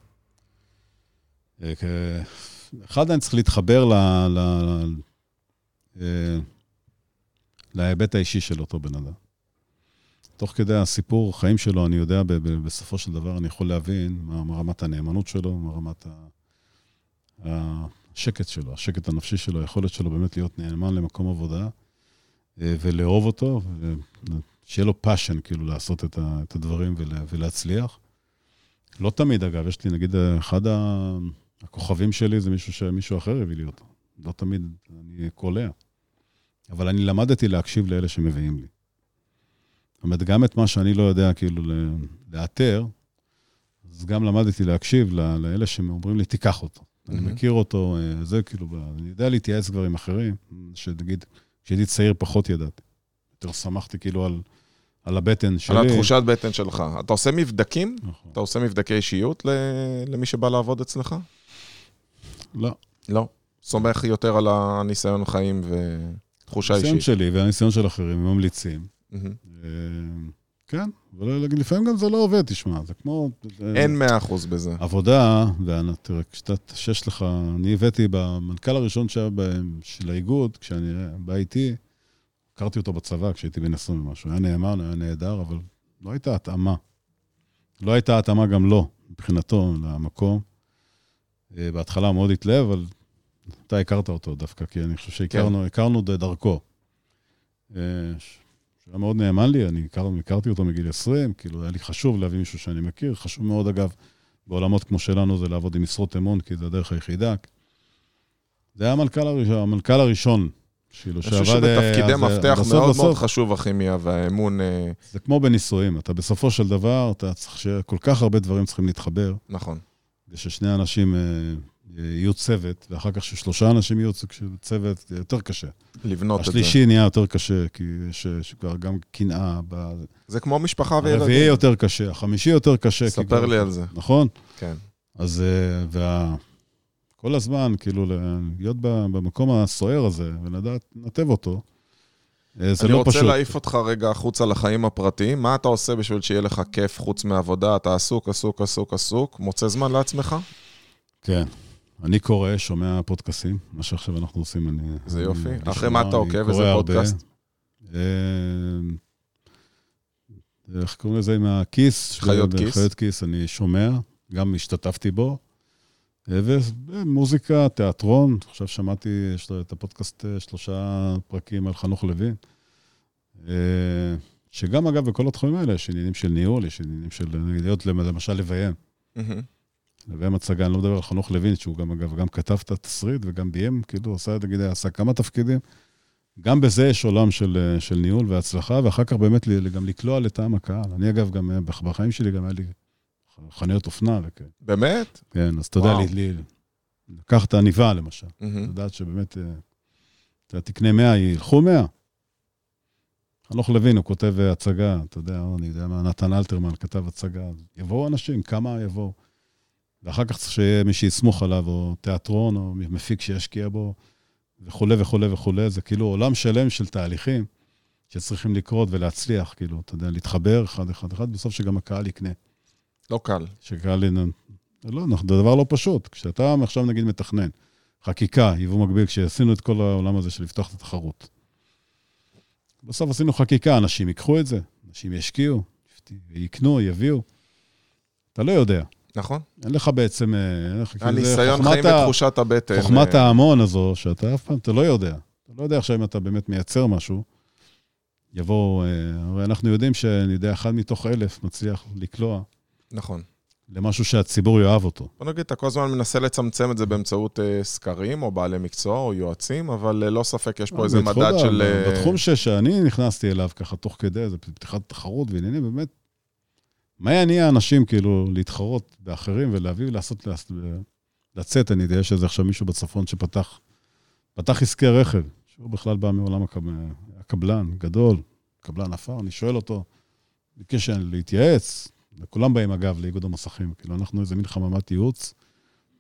אחד, אני צריך להתחבר ל... להיבט האישי של אותו בן אדם. תוך כדי הסיפור, חיים שלו, אני יודע, בסופו של דבר, אני יכול להבין מה רמת הנאמנות שלו, מה רמת השקט שלו, השקט הנפשי שלו, היכולת שלו באמת להיות נאמן למקום עבודה, ולאהוב אותו, שיהיה לו פאשן, כאילו, לעשות את הדברים ולהצליח. לא תמיד, אגב, יש לי, נגיד, אחד הכוכבים שלי, זה מישהו שמישהו אחר הביא לי אותו. לא תמיד אני קולע. אבל אני למדתי להקשיב לאלה שמביאים לי. זאת אומרת, גם את מה שאני לא יודע, כאילו, לאתר, אז גם למדתי להקשיב לאלה שאומרים לי, תיקח אותו. אני מכיר אותו, זה כאילו, אני יודע להתייעץ כבר עם אחרים, שתגיד, כשהייתי צעיר פחות ידעתי. יותר שמחתי כאילו על, על הבטן שלי. על התחושת בטן שלך. אתה עושה מבדקים? נכון. אתה עושה מבדקי אישיות למי שבא לעבוד אצלך? לא. לא. סומך יותר על הניסיון חיים ותחושה אישית. הניסיון שלי והניסיון של אחרים, הם ממליצים. כן, אבל לפעמים גם זה לא עובד, תשמע, זה כמו... אין מאה אחוז בזה. עבודה, ותראה, כשאתה שש לך, אני הבאתי במנכ"ל הראשון של האיגוד, כשאני בא איתי, הכרתי אותו בצבא כשהייתי בן עשרים ומשהו, היה נאמן, היה נהדר, אבל לא הייתה התאמה. לא הייתה התאמה גם לא, מבחינתו, למקום. בהתחלה מאוד התלהב, אבל אתה הכרת אותו דווקא, כי אני חושב שהכרנו, הכרנו דרכו. שהיה מאוד נאמן לי, אני הכרתי אותו מגיל עשרים, כאילו היה לי חשוב להביא מישהו שאני מכיר, חשוב מאוד אגב, בעולמות כמו שלנו זה לעבוד עם משרות אמון, כי זה הדרך היחידה. זה היה המנכ"ל הראשון, המנכ"ל הראשון, אני חושב שבתפקידי מפתח מאוד מאוד חשוב הכימיה והאמון. זה כמו בניסויים, אתה בסופו של דבר, אתה צריך שכל כך הרבה דברים צריכים להתחבר. נכון. וששני אנשים יהיו צוות, ואחר כך ששלושה אנשים יהיו צוות, זה יותר קשה. לבנות את זה. השלישי נהיה יותר קשה, כי יש כבר גם קנאה. זה כמו משפחה וילדים. הרביעי יותר קשה, החמישי יותר קשה. ספר לי על זה. נכון? כן. אז, כל הזמן, כאילו, להיות במקום הסוער הזה, ולדעת, נתב אותו, זה לא פשוט. אני רוצה להעיף אותך רגע החוצה לחיים הפרטיים. מה אתה עושה בשביל שיהיה לך כיף חוץ מעבודה? אתה עסוק, עסוק, עסוק, עסוק. מוצא זמן לעצמך? כן. אני קורא, שומע פודקאסים. מה שעכשיו אנחנו עושים, אני... זה יופי. אחרי מה אתה עוקב? איזה פודקאסט? איך קוראים לזה עם הכיס? חיות כיס. חיות כיס, אני שומע. גם השתתפתי בו. ומוזיקה, תיאטרון, עכשיו שמעתי, יש לו את הפודקאסט שלושה פרקים על חנוך לוין, שגם אגב בכל התחומים האלה, יש עניינים של ניהול, יש עניינים של להיות למשל לביים. לביים הצגה, אני לא מדבר על חנוך לוין, שהוא גם אגב גם כתב את התסריט וגם ביים, כאילו עשה, תגיד, עשה כמה תפקידים. גם בזה יש עולם של, של ניהול והצלחה, ואחר כך באמת גם לקלוע לטעם הקהל. אני אגב גם בחיים שלי גם היה לי חניות אופנה וכן. באמת? כן, אז אתה יודע, לקח את העניבה למשל. אתה יודעת שבאמת, אתה תקנה מאה, ילכו מאה. חנוך לוין, הוא כותב הצגה, אתה יודע, אני יודע מה, נתן אלתרמן כתב הצגה, יבואו אנשים, כמה יבואו. ואחר כך צריך שיהיה מי שיסמוך עליו, או תיאטרון, או מפיק שישקיע בו, וכו' וכו' וכו'. זה כאילו עולם שלם של תהליכים, שצריכים לקרות ולהצליח, כאילו, אתה יודע, להתחבר אחד אחד אחד, בסוף שגם הקהל יקנה. לא קל. שקהל, לא, זה דבר לא פשוט. כשאתה עכשיו נגיד מתכנן, חקיקה, יבוא מקביל, כשעשינו את כל העולם הזה של לפתוח את התחרות. בסוף עשינו חקיקה, אנשים ייקחו את זה, אנשים ישקיעו, יקנו, יביאו. אתה לא יודע. נכון. אין לך בעצם... הניסיון חיים בתחושת הבטן. חוכמת ההמון הזו, שאתה אף פעם, אתה לא יודע. אתה לא יודע עכשיו אם אתה באמת מייצר משהו, יבוא, הרי אנחנו יודעים שאני יודע, אחד מתוך אלף מצליח לקלוע. נכון. למשהו שהציבור יאהב אותו. בוא נגיד, אתה כל הזמן מנסה לצמצם את זה באמצעות סקרים, או בעלי מקצוע, או יועצים, אבל לא ספק, יש פה איזה מדד של... בתחום שאני נכנסתי אליו ככה תוך כדי, זה פתיחת תחרות ועניינים, באמת, מה יניע האנשים כאילו להתחרות באחרים ולהביא ולעשות, לצאת, אני יודע שזה עכשיו מישהו בצפון שפתח, פתח עסקי רכב, שהוא בכלל בא מעולם הקבלן, גדול, קבלן אפר, אני שואל אותו, בקשר להתייעץ, וכולם באים אגב לאיגוד המסכים, כאילו אנחנו איזה מין חממת ייעוץ,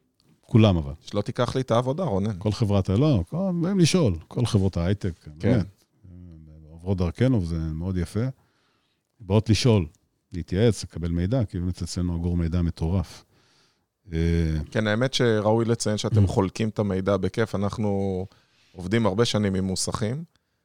כולם אבל. שלא תיקח לי את העבודה, רונן. כל חברת, לא, באים לשאול, כל חברות ההייטק, כן. באמת, עוברות דרכנו, וזה מאוד יפה. באות לשאול, להתייעץ, לקבל מידע, כי באמת אצלנו אגור מידע מטורף. כן, האמת שראוי לציין שאתם חולקים את המידע בכיף, אנחנו עובדים הרבה שנים עם מוסכים,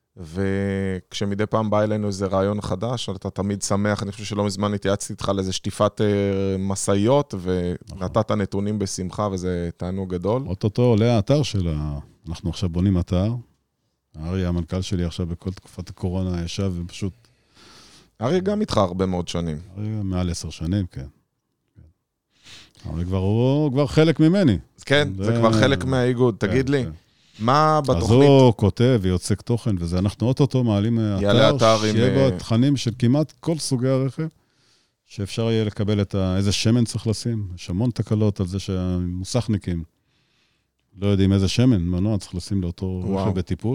וכשמדי פעם בא אלינו איזה רעיון חדש, אתה תמיד שמח, אני חושב שלא מזמן התייעצתי איתך לאיזה שטיפת מסעיות, ונתת נתונים בשמחה, וזה תענוג גדול. אוטוטו עולה האתר שלה, אנחנו עכשיו בונים אתר, אריה, המנכ"ל שלי עכשיו בכל תקופת הקורונה ישב ופשוט... אריה גם איתך הרבה מאוד שנים. אריה מעל עשר שנים, כן. אבל כבר הוא כבר חלק ממני. כן, זה כבר חלק מהאיגוד. תגיד לי, מה בתוכנית? אז הוא כותב ויוצק תוכן, וזה אנחנו אוטוטו מעלים אתר, שיהיה בו תכנים של כמעט כל סוגי הרכב, שאפשר יהיה לקבל את איזה שמן צריך לשים. יש המון תקלות על זה שהמוסכניקים לא יודעים איזה שמן, מנוע צריך לשים לאותו רכב בטיפול.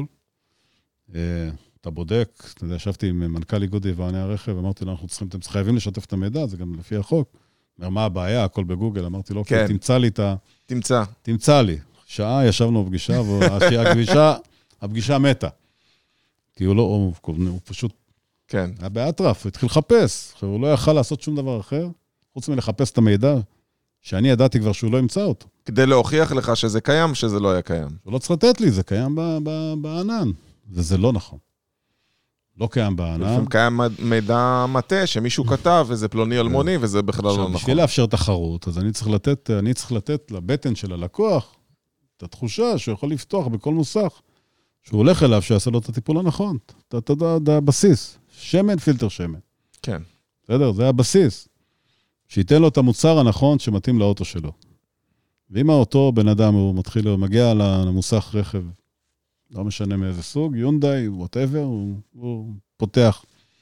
אתה בודק, אתה יודע, ישבתי עם מנכ"ל איגוד יבואני הרכב, אמרתי לו, אנחנו צריכים, אתם חייבים לשתף את המידע, זה גם לפי החוק. מה הבעיה, הכל בגוגל, אמרתי לו, כן. תמצא לי את ה... תמצא. תמצא לי. שעה ישבנו בפגישה, והפגישה, הפגישה מתה. כי הוא לא, הוא, הוא פשוט... כן. היה באטרף, הוא התחיל לחפש. עכשיו, הוא לא יכל לעשות שום דבר אחר, חוץ מלחפש את המידע, שאני ידעתי כבר שהוא לא ימצא אותו. כדי להוכיח לך שזה קיים, שזה לא היה קיים. הוא לא צריך לתת לי, זה קיים בענן. וזה לא נכון. לא קיים בענן. לפעמים קיים מידע מטה שמישהו כתב, וזה פלוני אלמוני, וזה בכלל לא נכון. בשביל לאפשר תחרות, אז אני צריך לתת, אני צריך לתת לבטן של הלקוח, את התחושה שהוא יכול לפתוח בכל מוסך, שהוא הולך אליו, שיעשה לו את הטיפול הנכון. אתה יודע, הבסיס. שמן, פילטר שמן. כן. בסדר? זה הבסיס. שייתן לו את המוצר הנכון שמתאים לאוטו שלו. ואם האוטו, בן אדם, הוא מתחיל, הוא מגיע למוסך רכב, לא משנה מאיזה סוג, יונדאי, whatever, הוא, הוא פותח,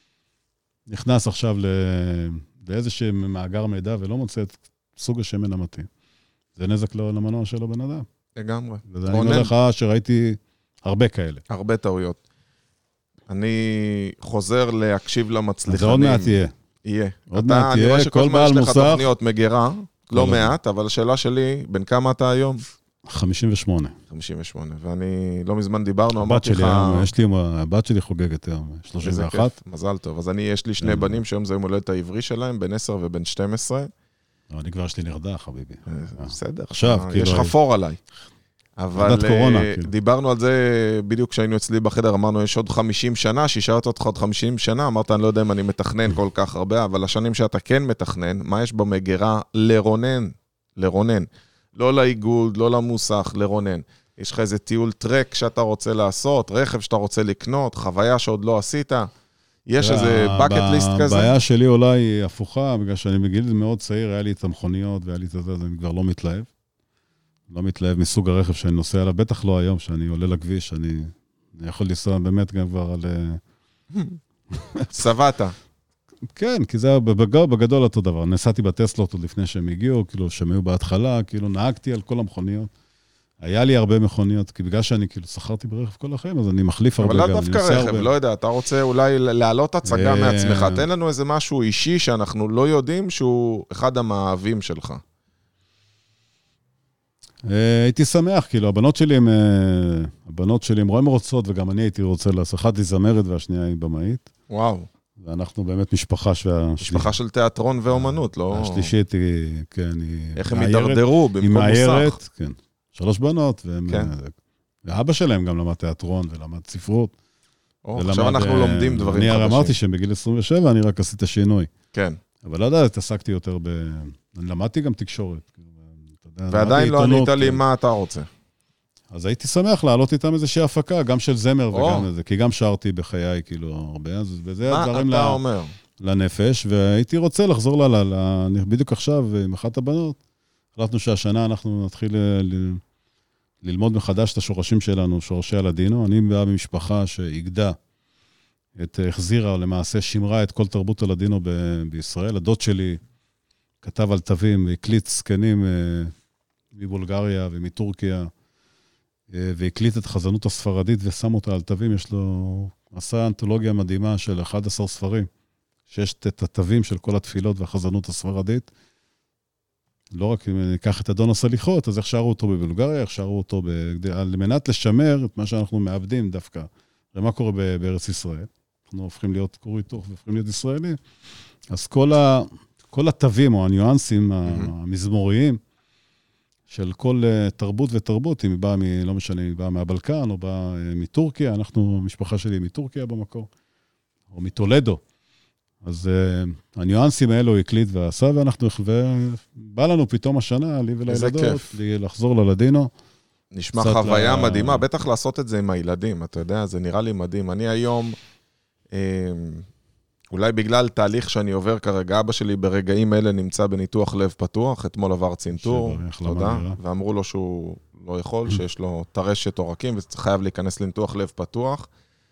נכנס עכשיו לאיזשהו מאגר מידע, ולא מוצא את סוג השמן המתאים. זה נזק למנוע שלו בן אדם. לגמרי. וזה אני אומר לך שראיתי הרבה כאלה. הרבה טעויות. אני חוזר להקשיב למצליחנים. זה עוד מעט יהיה. יהיה. עוד מעט יהיה, כל בעל מוסך. יש לך תוכניות מגירה, לא מעט, אבל השאלה שלי, בין כמה אתה היום? חמישים ושמונה. חמישים ושמונה, ואני לא מזמן דיברנו, אמרתי לך... יש לי, הבת שלי חוגגת היום, שלושים ואחת. מזל טוב. אז אני, יש לי שני בנים שהיום זה יום הולדת העברי שלהם, בן עשר ובן שתים עשרה. אני כבר יש לי נרדה, חביבי. בסדר. עכשיו, כאילו... יש לך פור עליי. אבל דיברנו על זה בדיוק כשהיינו אצלי בחדר, אמרנו, יש עוד חמישים שנה, שישארת אותך עוד חמישים שנה, אמרת, אני לא יודע אם אני מתכנן כל כך הרבה, אבל השנים שאתה כן מתכנן, מה יש במגירה לרונן? לרונן. לא לאיגוד, לא למוסך, לרונן. יש לך איזה טיול טרק שאתה רוצה לעשות, רכב שאתה רוצה לקנות, חוויה שעוד לא עשית. יש איזה bucket list כזה? הבעיה שלי אולי היא הפוכה, בגלל שאני בגיל מאוד צעיר, היה לי את המכוניות, והיה לי את זה, אז אני כבר לא מתלהב. לא מתלהב מסוג הרכב שאני נוסע עליו, בטח לא היום, שאני עולה לכביש, אני יכול לנסוע באמת גם כבר על... סבתה. כן, כי זה היה בגדול, בגדול אותו דבר. נסעתי בטסלות עוד לפני שהם הגיעו, כאילו שהם היו בהתחלה, כאילו נהגתי על כל המכוניות. היה לי הרבה מכוניות, כי בגלל שאני כאילו שכרתי ברכב כל החיים, אז אני מחליף הרבה. אבל לא דווקא רכב, לא יודע, אתה רוצה אולי להעלות הצגה מעצמך. תן לנו איזה משהו אישי שאנחנו לא יודעים שהוא אחד המאהבים שלך. הייתי שמח, כאילו, הבנות שלי הם, הבנות שלי הם רואים רוצות, וגם אני הייתי רוצה לעשות, אחת היא זמרת והשנייה היא במאית. וואו. ואנחנו באמת משפחה שה... משפחה של תיאטרון ואומנות, לא... השלישית היא, כן, היא... איך הם ידרדרו במקום מוסך. היא מאיירת, כן. שלוש בנות, והם... כן. ואבא שלהם גם למד תיאטרון ולמד ספרות. או, עכשיו אנחנו לומדים דברים חדשים. אני אמרתי שבגיל עשרים ושבע אני רק עשיתי שינוי. כן. אבל לא יודע, התעסקתי יותר ב... אני למדתי גם תקשורת. ועדיין לא ענית לי מה אתה רוצה. אז הייתי שמח לעלות איתם איזושהי הפקה, גם של זמר וגם איזה, כי גם שרתי בחיי כאילו הרבה, אז בזה הדברים לנפש, והייתי רוצה לחזור לה, בדיוק עכשיו עם אחת הבנות, החלטנו שהשנה אנחנו נתחיל ללמוד מחדש את השורשים שלנו, שורשי הלדינו. אני בא במשפחה שהגדה, את החזירה, או למעשה שימרה את כל תרבות הלדינו בישראל. הדוד שלי כתב על תווים, והקליט סקנים מבולגריה ומטורקיה, והקליט את חזנות הספרדית ושם אותה על תווים. יש לו, עשה אנתולוגיה מדהימה של אחד עשר ספרים, שיש את התווים של כל התפילות והחזנות הספרדית. לא רק אם ניקח את אדון הסליחות, אז איך שרו אותו בבולגריה, איך שרו אותו, ב... על מנת לשמר את מה שאנחנו מאבדים דווקא. ומה קורה בארץ ישראל? אנחנו הופכים להיות קורי תוך והופכים להיות ישראלים. אז כל, ה... כל התווים או הניואנסים mm-hmm. המזמוריים, של כל תרבות ותרבות, אם היא באה, מ... לא משנה, היא באה מהבלקן או באה מטורקיה, אנחנו, המשפחה שלי מטורקיה במקור, או מטולדו. אז uh, הניואנסים האלו הוא הקליט ועשה, ואנחנו, ובא לנו פתאום השנה, לי ולילדות, לחזור ללדינו. נשמע חוויה לה... מדהימה, בטח לעשות את זה עם הילדים, אתה יודע, זה נראה לי מדהים. אני היום, אה, אולי בגלל תהליך שאני עובר כרגע, אבא שלי ברגעים אלה נמצא בניתוח לב פתוח, אתמול עבר צינטור, תודה, ואמרו לו שהוא לא יכול, שיש לו טרשת עורקים, וחייב להיכנס לניתוח לב פתוח.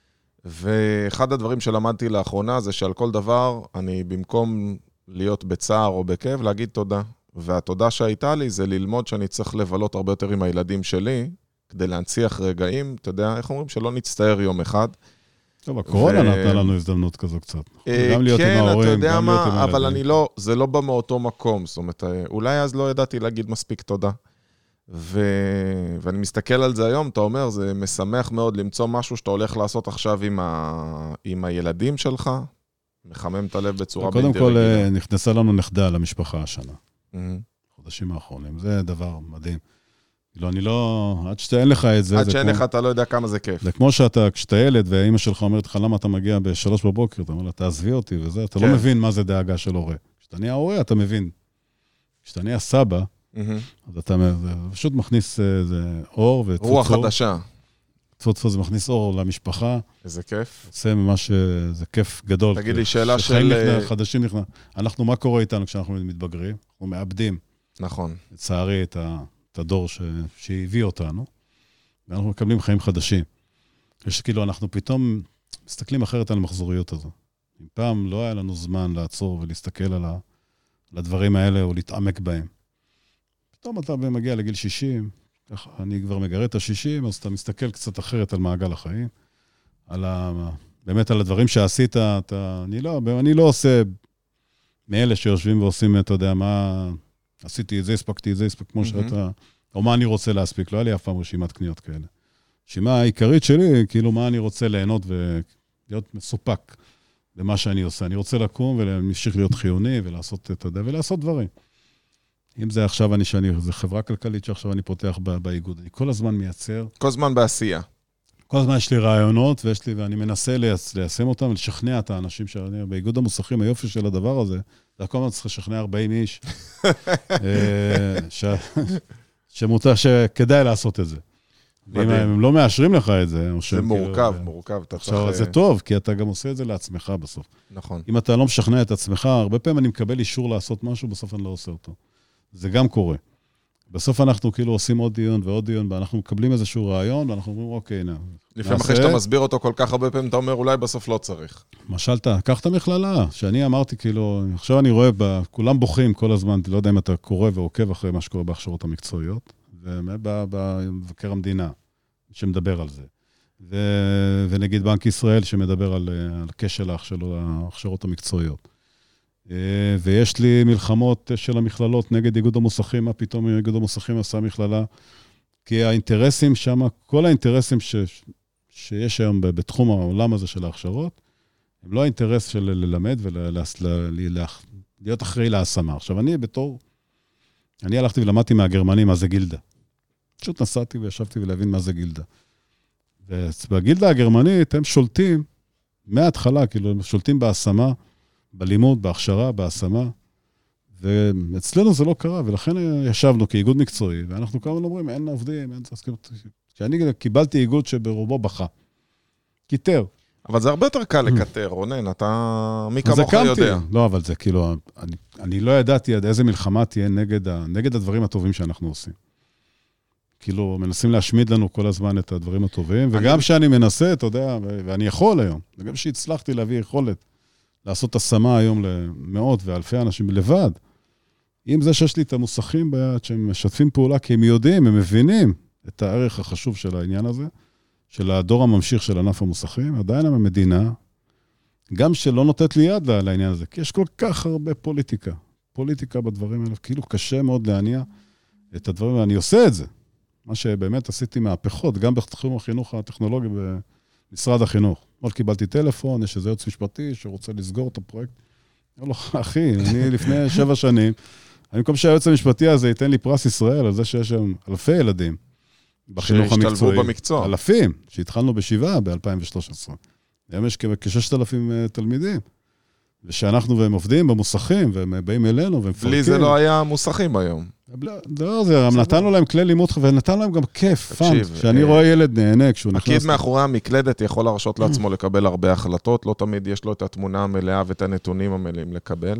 ואחד הדברים שלמדתי לאחרונה זה שעל כל דבר, אני במקום להיות בצער או בכאב, להגיד תודה. והתודה שהייתה לי זה ללמוד שאני צריך לבלות הרבה יותר עם הילדים שלי, כדי להנציח רגעים, אתה יודע, איך אומרים? שלא נצטער יום אחד. טוב, הקורונה נתנה לנו הזדמנות כזו קצת. גם להיות עם ההורים, כן, אתה יודע מה, אבל אני לא, זה לא בא מאותו מקום. זאת אומרת, אולי אז לא ידעתי להגיד מספיק תודה. ו... ואני מסתכל על זה היום, אתה אומר, זה משמח מאוד למצוא משהו שאתה הולך לעשות עכשיו עם, ה... עם הילדים שלך, מחמם את הלב בצורה בלתי רגילה. קודם כל נכנסה לנו נכדה למשפחה השנה, mm-hmm. חודשים האחרונים, זה דבר מדהים. לא, אני לא, עד שאין לך את זה, עד זה שאין כמו... לך, אתה לא יודע כמה זה כיף. זה כמו שאתה, כשאתה ילד, ואמא שלך אומרת לך, למה אתה מגיע בשלוש בבוקר, אתה אומר לה, תעזבי אותי וזה, אתה כן. לא מבין מה זה דאגה של הורה. כשאתה נהיה הורה, אתה מבין. כשאתה נהיה סבא, אז אתה פשוט מכניס אור וצוצו. רוח חדשה. צוצו זה מכניס אור למשפחה. איזה כיף. זה ממש, זה כיף גדול. תגיד לי שאלה של... חדשים נכנס. אנחנו, מה קורה איתנו כשאנחנו מתבגרים? אנחנו מאבדים. נכון. לצערי את הדור שהביא אותנו, ואנחנו מקבלים חיים חדשים. יש כאילו, אנחנו פתאום מסתכלים אחרת על המחזוריות הזו. אם פעם לא היה לנו זמן לעצור ולהסתכל על הדברים האלה או להתעמק בהם. פתאום אתה מגיע לגיל שישים, ככה, אני כבר מגרד את ה-שישים, אז אתה מסתכל קצת אחרת על מעגל החיים, על ה... באמת על הדברים שעשית, אתה... אני, לא, אני לא עושה מאלה שיושבים ועושים, אתה יודע, מה... עשיתי את זה, הספקתי את זה, הספק כמו שאתה... או מה אני רוצה להספיק, לא היה לי אף פעם רשימת קניות כאלה. רשימה העיקרית שלי, כאילו מה אני רוצה ליהנות ולהיות מסופק במה שאני עושה. אני רוצה לקום ולהמשיך להיות חיוני ולעשות, אתה יודע, ולעשות דברים. אם זה עכשיו אני, שאני, זה חברה כלכלית שעכשיו אני פותח באיגוד. אני כל הזמן מייצר. כל הזמן בעשייה. כל הזמן יש לי רעיונות, ויש לי, ואני מנסה ליישם אותם ולשכנע את האנשים שאני, באיגוד המוסכים, היופי של הדבר הזה, זה כל הזמן צריך לשכנע ארבעים איש, ש... שמותר, שכדאי לעשות את זה. אם הם לא מאשרים לך את זה, זה מורכב, מורכב. עכשיו, זה טוב, כי אתה גם עושה את זה לעצמך בסוף. נכון. אם אתה לא משכנע את עצמך, הרבה פעמים אני מקבל אישור לעשות משהו, בסוף אני לא עושה אותו. זה גם קורה. בסוף אנחנו כאילו עושים עוד דיון ועוד דיון, ואנחנו מקבלים איזשהו רעיון, ואנחנו אומרים, אוקיי, נה. לפעמים אחרי שאתה מסביר אותו כל כך הרבה פעמים, אתה אומר, אולי בסוף לא צריך. משלת, קח את המכללה, שאני אמרתי כאילו, עכשיו אני רואה, כולם בוכים כל הזמן, לא יודע אם אתה קורא ועוקב אחרי מה שקורה בהכשרות המקצועיות, ובבקר המדינה, שמדבר על זה. ונגיד בנק ישראל, שמדבר על כשל ההכשרות המקצועיות. ויש לי מלחמות של המכללות נגד איגוד המוסכים, מה פתאום איגוד המוסכים עשה מכללה, כי האינטרסים שם, כל האינטרסים ש, שיש היום בתחום העולם הזה של ההכשרות, הם לא האינטרס של ללמד ולהיות אחראי להשמה. עכשיו אני בתור, אני הלכתי ולמדתי מהגרמנים מה זה גילדה. פשוט נסעתי וישבתי ולהבין מה זה גילדה. ובגילדה הגרמנית הם שולטים מההתחלה, כאילו הם שולטים בהשמה, בלימוד, בהכשרה, בהשמה, ואצלנו זה לא קרה, ולכן ישבנו כאיגוד מקצועי, ואנחנו כמובן אומרים, אין עובדים, אין זה, כשאני קיבלתי איגוד שברובו בכה, קיטר. אבל זה הרבה יותר קל לקטר, רונן, אתה מי כמוך יודע. לא, אבל זה כאילו, אני, אני לא ידעתי עד איזה מלחמה תהיה נגד, נגד הדברים הטובים שאנחנו עושים. כאילו, מנסים להשמיד לנו כל הזמן את הדברים הטובים, וגם שאני מנסה, אתה יודע, ואני יכול היום, וגם שהצלחתי להביא יכולת, לעשות השמה היום למאות ואלפי אנשים לבד. עם זה שיש לי את המוסכים ביד, שהם משתפים פעולה, כי הם יודעים, הם מבינים את הערך החשוב של העניין הזה, של הדור הממשיך של ענף המוסכים, עדיין המדינה, גם שלא נותנת לי יד לעניין הזה, כי יש כל כך הרבה פוליטיקה, פוליטיקה בדברים האלה, כאילו קשה מאוד להניע את הדברים, ואני עושה את זה. מה שבאמת עשיתי מהפכות, גם בתחום החינוך הטכנולוגי במשרד החינוך. אתמול קיבלתי טלפון, יש איזה יועץ משפטי שרוצה לסגור את הפרויקט. אמר לו, אחי, אני לפני שבע שנים, אני במקום שהיועץ המשפטי הזה ייתן לי פרס ישראל, על זה שיש שם אלפי ילדים בחינוך המקצועי. שהשתלבו במקצוע. אלפים, שהתחלנו בשבעה ב-אלפיים ושלוש עשרה. היום יש כ-ששת אלפים תלמידים. ושאנחנו והם עובדים במוסכים, והם באים אלינו ומפרקים. בלי זה לא היה מוסכים היום. לא, זה, נתנו להם כלי לימוד, ונתנו להם גם כיף, פאנט, שאני רואה ילד נהנה כשהוא נכנס. פקיד מאחורי המקלדת יכול להרשות לעצמו לקבל הרבה החלטות, לא תמיד יש לו את התמונה המלאה ואת הנתונים המלאים לקבל.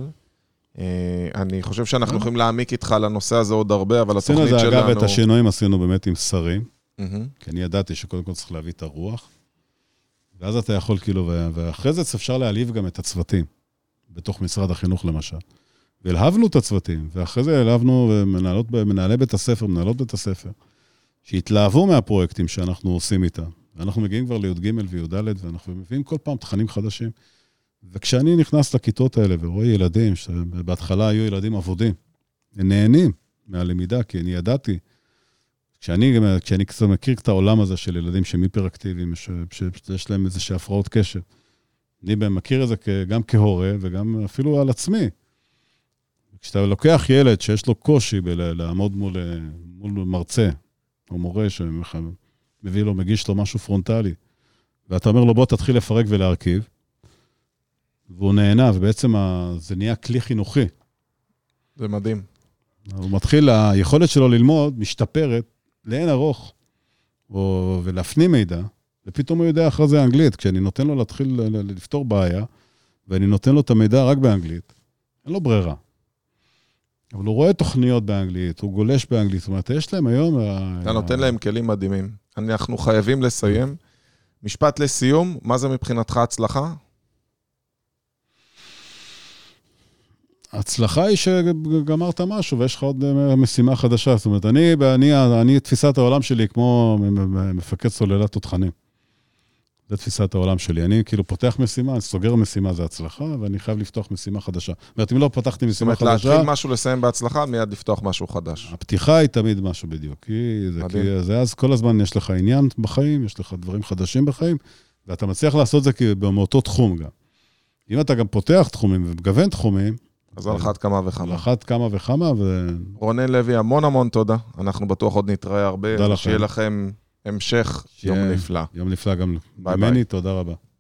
אני חושב שאנחנו יכולים להעמיק איתך לנושא הזה עוד הרבה, אבל התוכנית שלנו... עשינו את זה, אגב, את השינויים עשינו באמת עם שרים, כי אני ידעתי שקודם כל צריך להביא את הרוח, ואז אתה יכול כאילו, ואחרי זה אפשר להעליב גם את הצוותים, בתוך משרד החינוך למשל. והלהבנו את הצוותים, ואחרי זה הלהבנו מנהלי בית הספר, מנהלות בית הספר, שהתלהבו מהפרויקטים שאנחנו עושים איתם. ואנחנו מגיעים כבר ליוד ג' ויוד ד', ואנחנו מביאים כל פעם תכנים חדשים. וכשאני נכנס לכיתות האלה ורואה ילדים, שבהתחלה היו ילדים עבודים, הם נהנים מהלמידה, כי אני ידעתי, כשאני, כשאני קצת מכיר את העולם הזה של ילדים שהם היפראקטיביים, שיש להם איזושהי הפרעות קשב, אני מכיר את זה גם כהורה, וגם אפילו על עצמי. כשאתה לוקח ילד שיש לו קושי לעמוד מול, מול מרצה, או מורה שמביא לו, מגיש לו משהו פרונטלי, ואתה אומר לו, בוא תתחיל לפרק ולהרכיב, והוא נהנה, ובעצם זה נהיה כלי חינוכי. זה מדהים. הוא מתחיל, היכולת שלו ללמוד משתפרת לאין ארוך, או, ולהפנים מידע, ופתאום הוא יודע אחרי זה אנגלית, כשאני נותן לו להתחיל לפתור בעיה, ואני נותן לו את המידע רק באנגלית, אין לו ברירה. אבל הוא רואה תוכניות באנגלית, הוא גולש באנגלית, זאת אומרת, יש להם היום... אתה נותן להם כלים מדהימים. אנחנו חייבים לסיים. משפט לסיום, מה זה מבחינתך הצלחה? ההצלחה היא שגמרת משהו, ויש לך עוד משימה חדשה. זאת אומרת, אני, אני, אני תפיסת העולם שלי כמו מפקד סוללת תותחנים. זה תפיסת העולם שלי. אני כאילו פותח משימה, אני סוגר משימה, זה הצלחה, ואני חייב לפתוח משימה חדשה. זאת אומרת, אם לא פתחתי משימה חדשה... זאת אומרת, להתחיל משהו לסיים בהצלחה, מיד לפתוח משהו חדש. הפתיחה היא תמיד משהו בדיוק. כי זה, כי זה אז כל הזמן יש לך עניין בחיים, יש לך דברים חדשים בחיים, ואתה מצליח לעשות זה באותו תחום גם. אם אתה גם פותח תחומים ומגוון תחומים, אז על אחת כמה וכמה. על אחת כמה וכמה, ו... רונן לוי, המון המון תודה. אנחנו בטוח עוד נתראה הרבה. שיהיה לכם המשך יום נפלא. יום נפלא גם ממני, תודה רבה.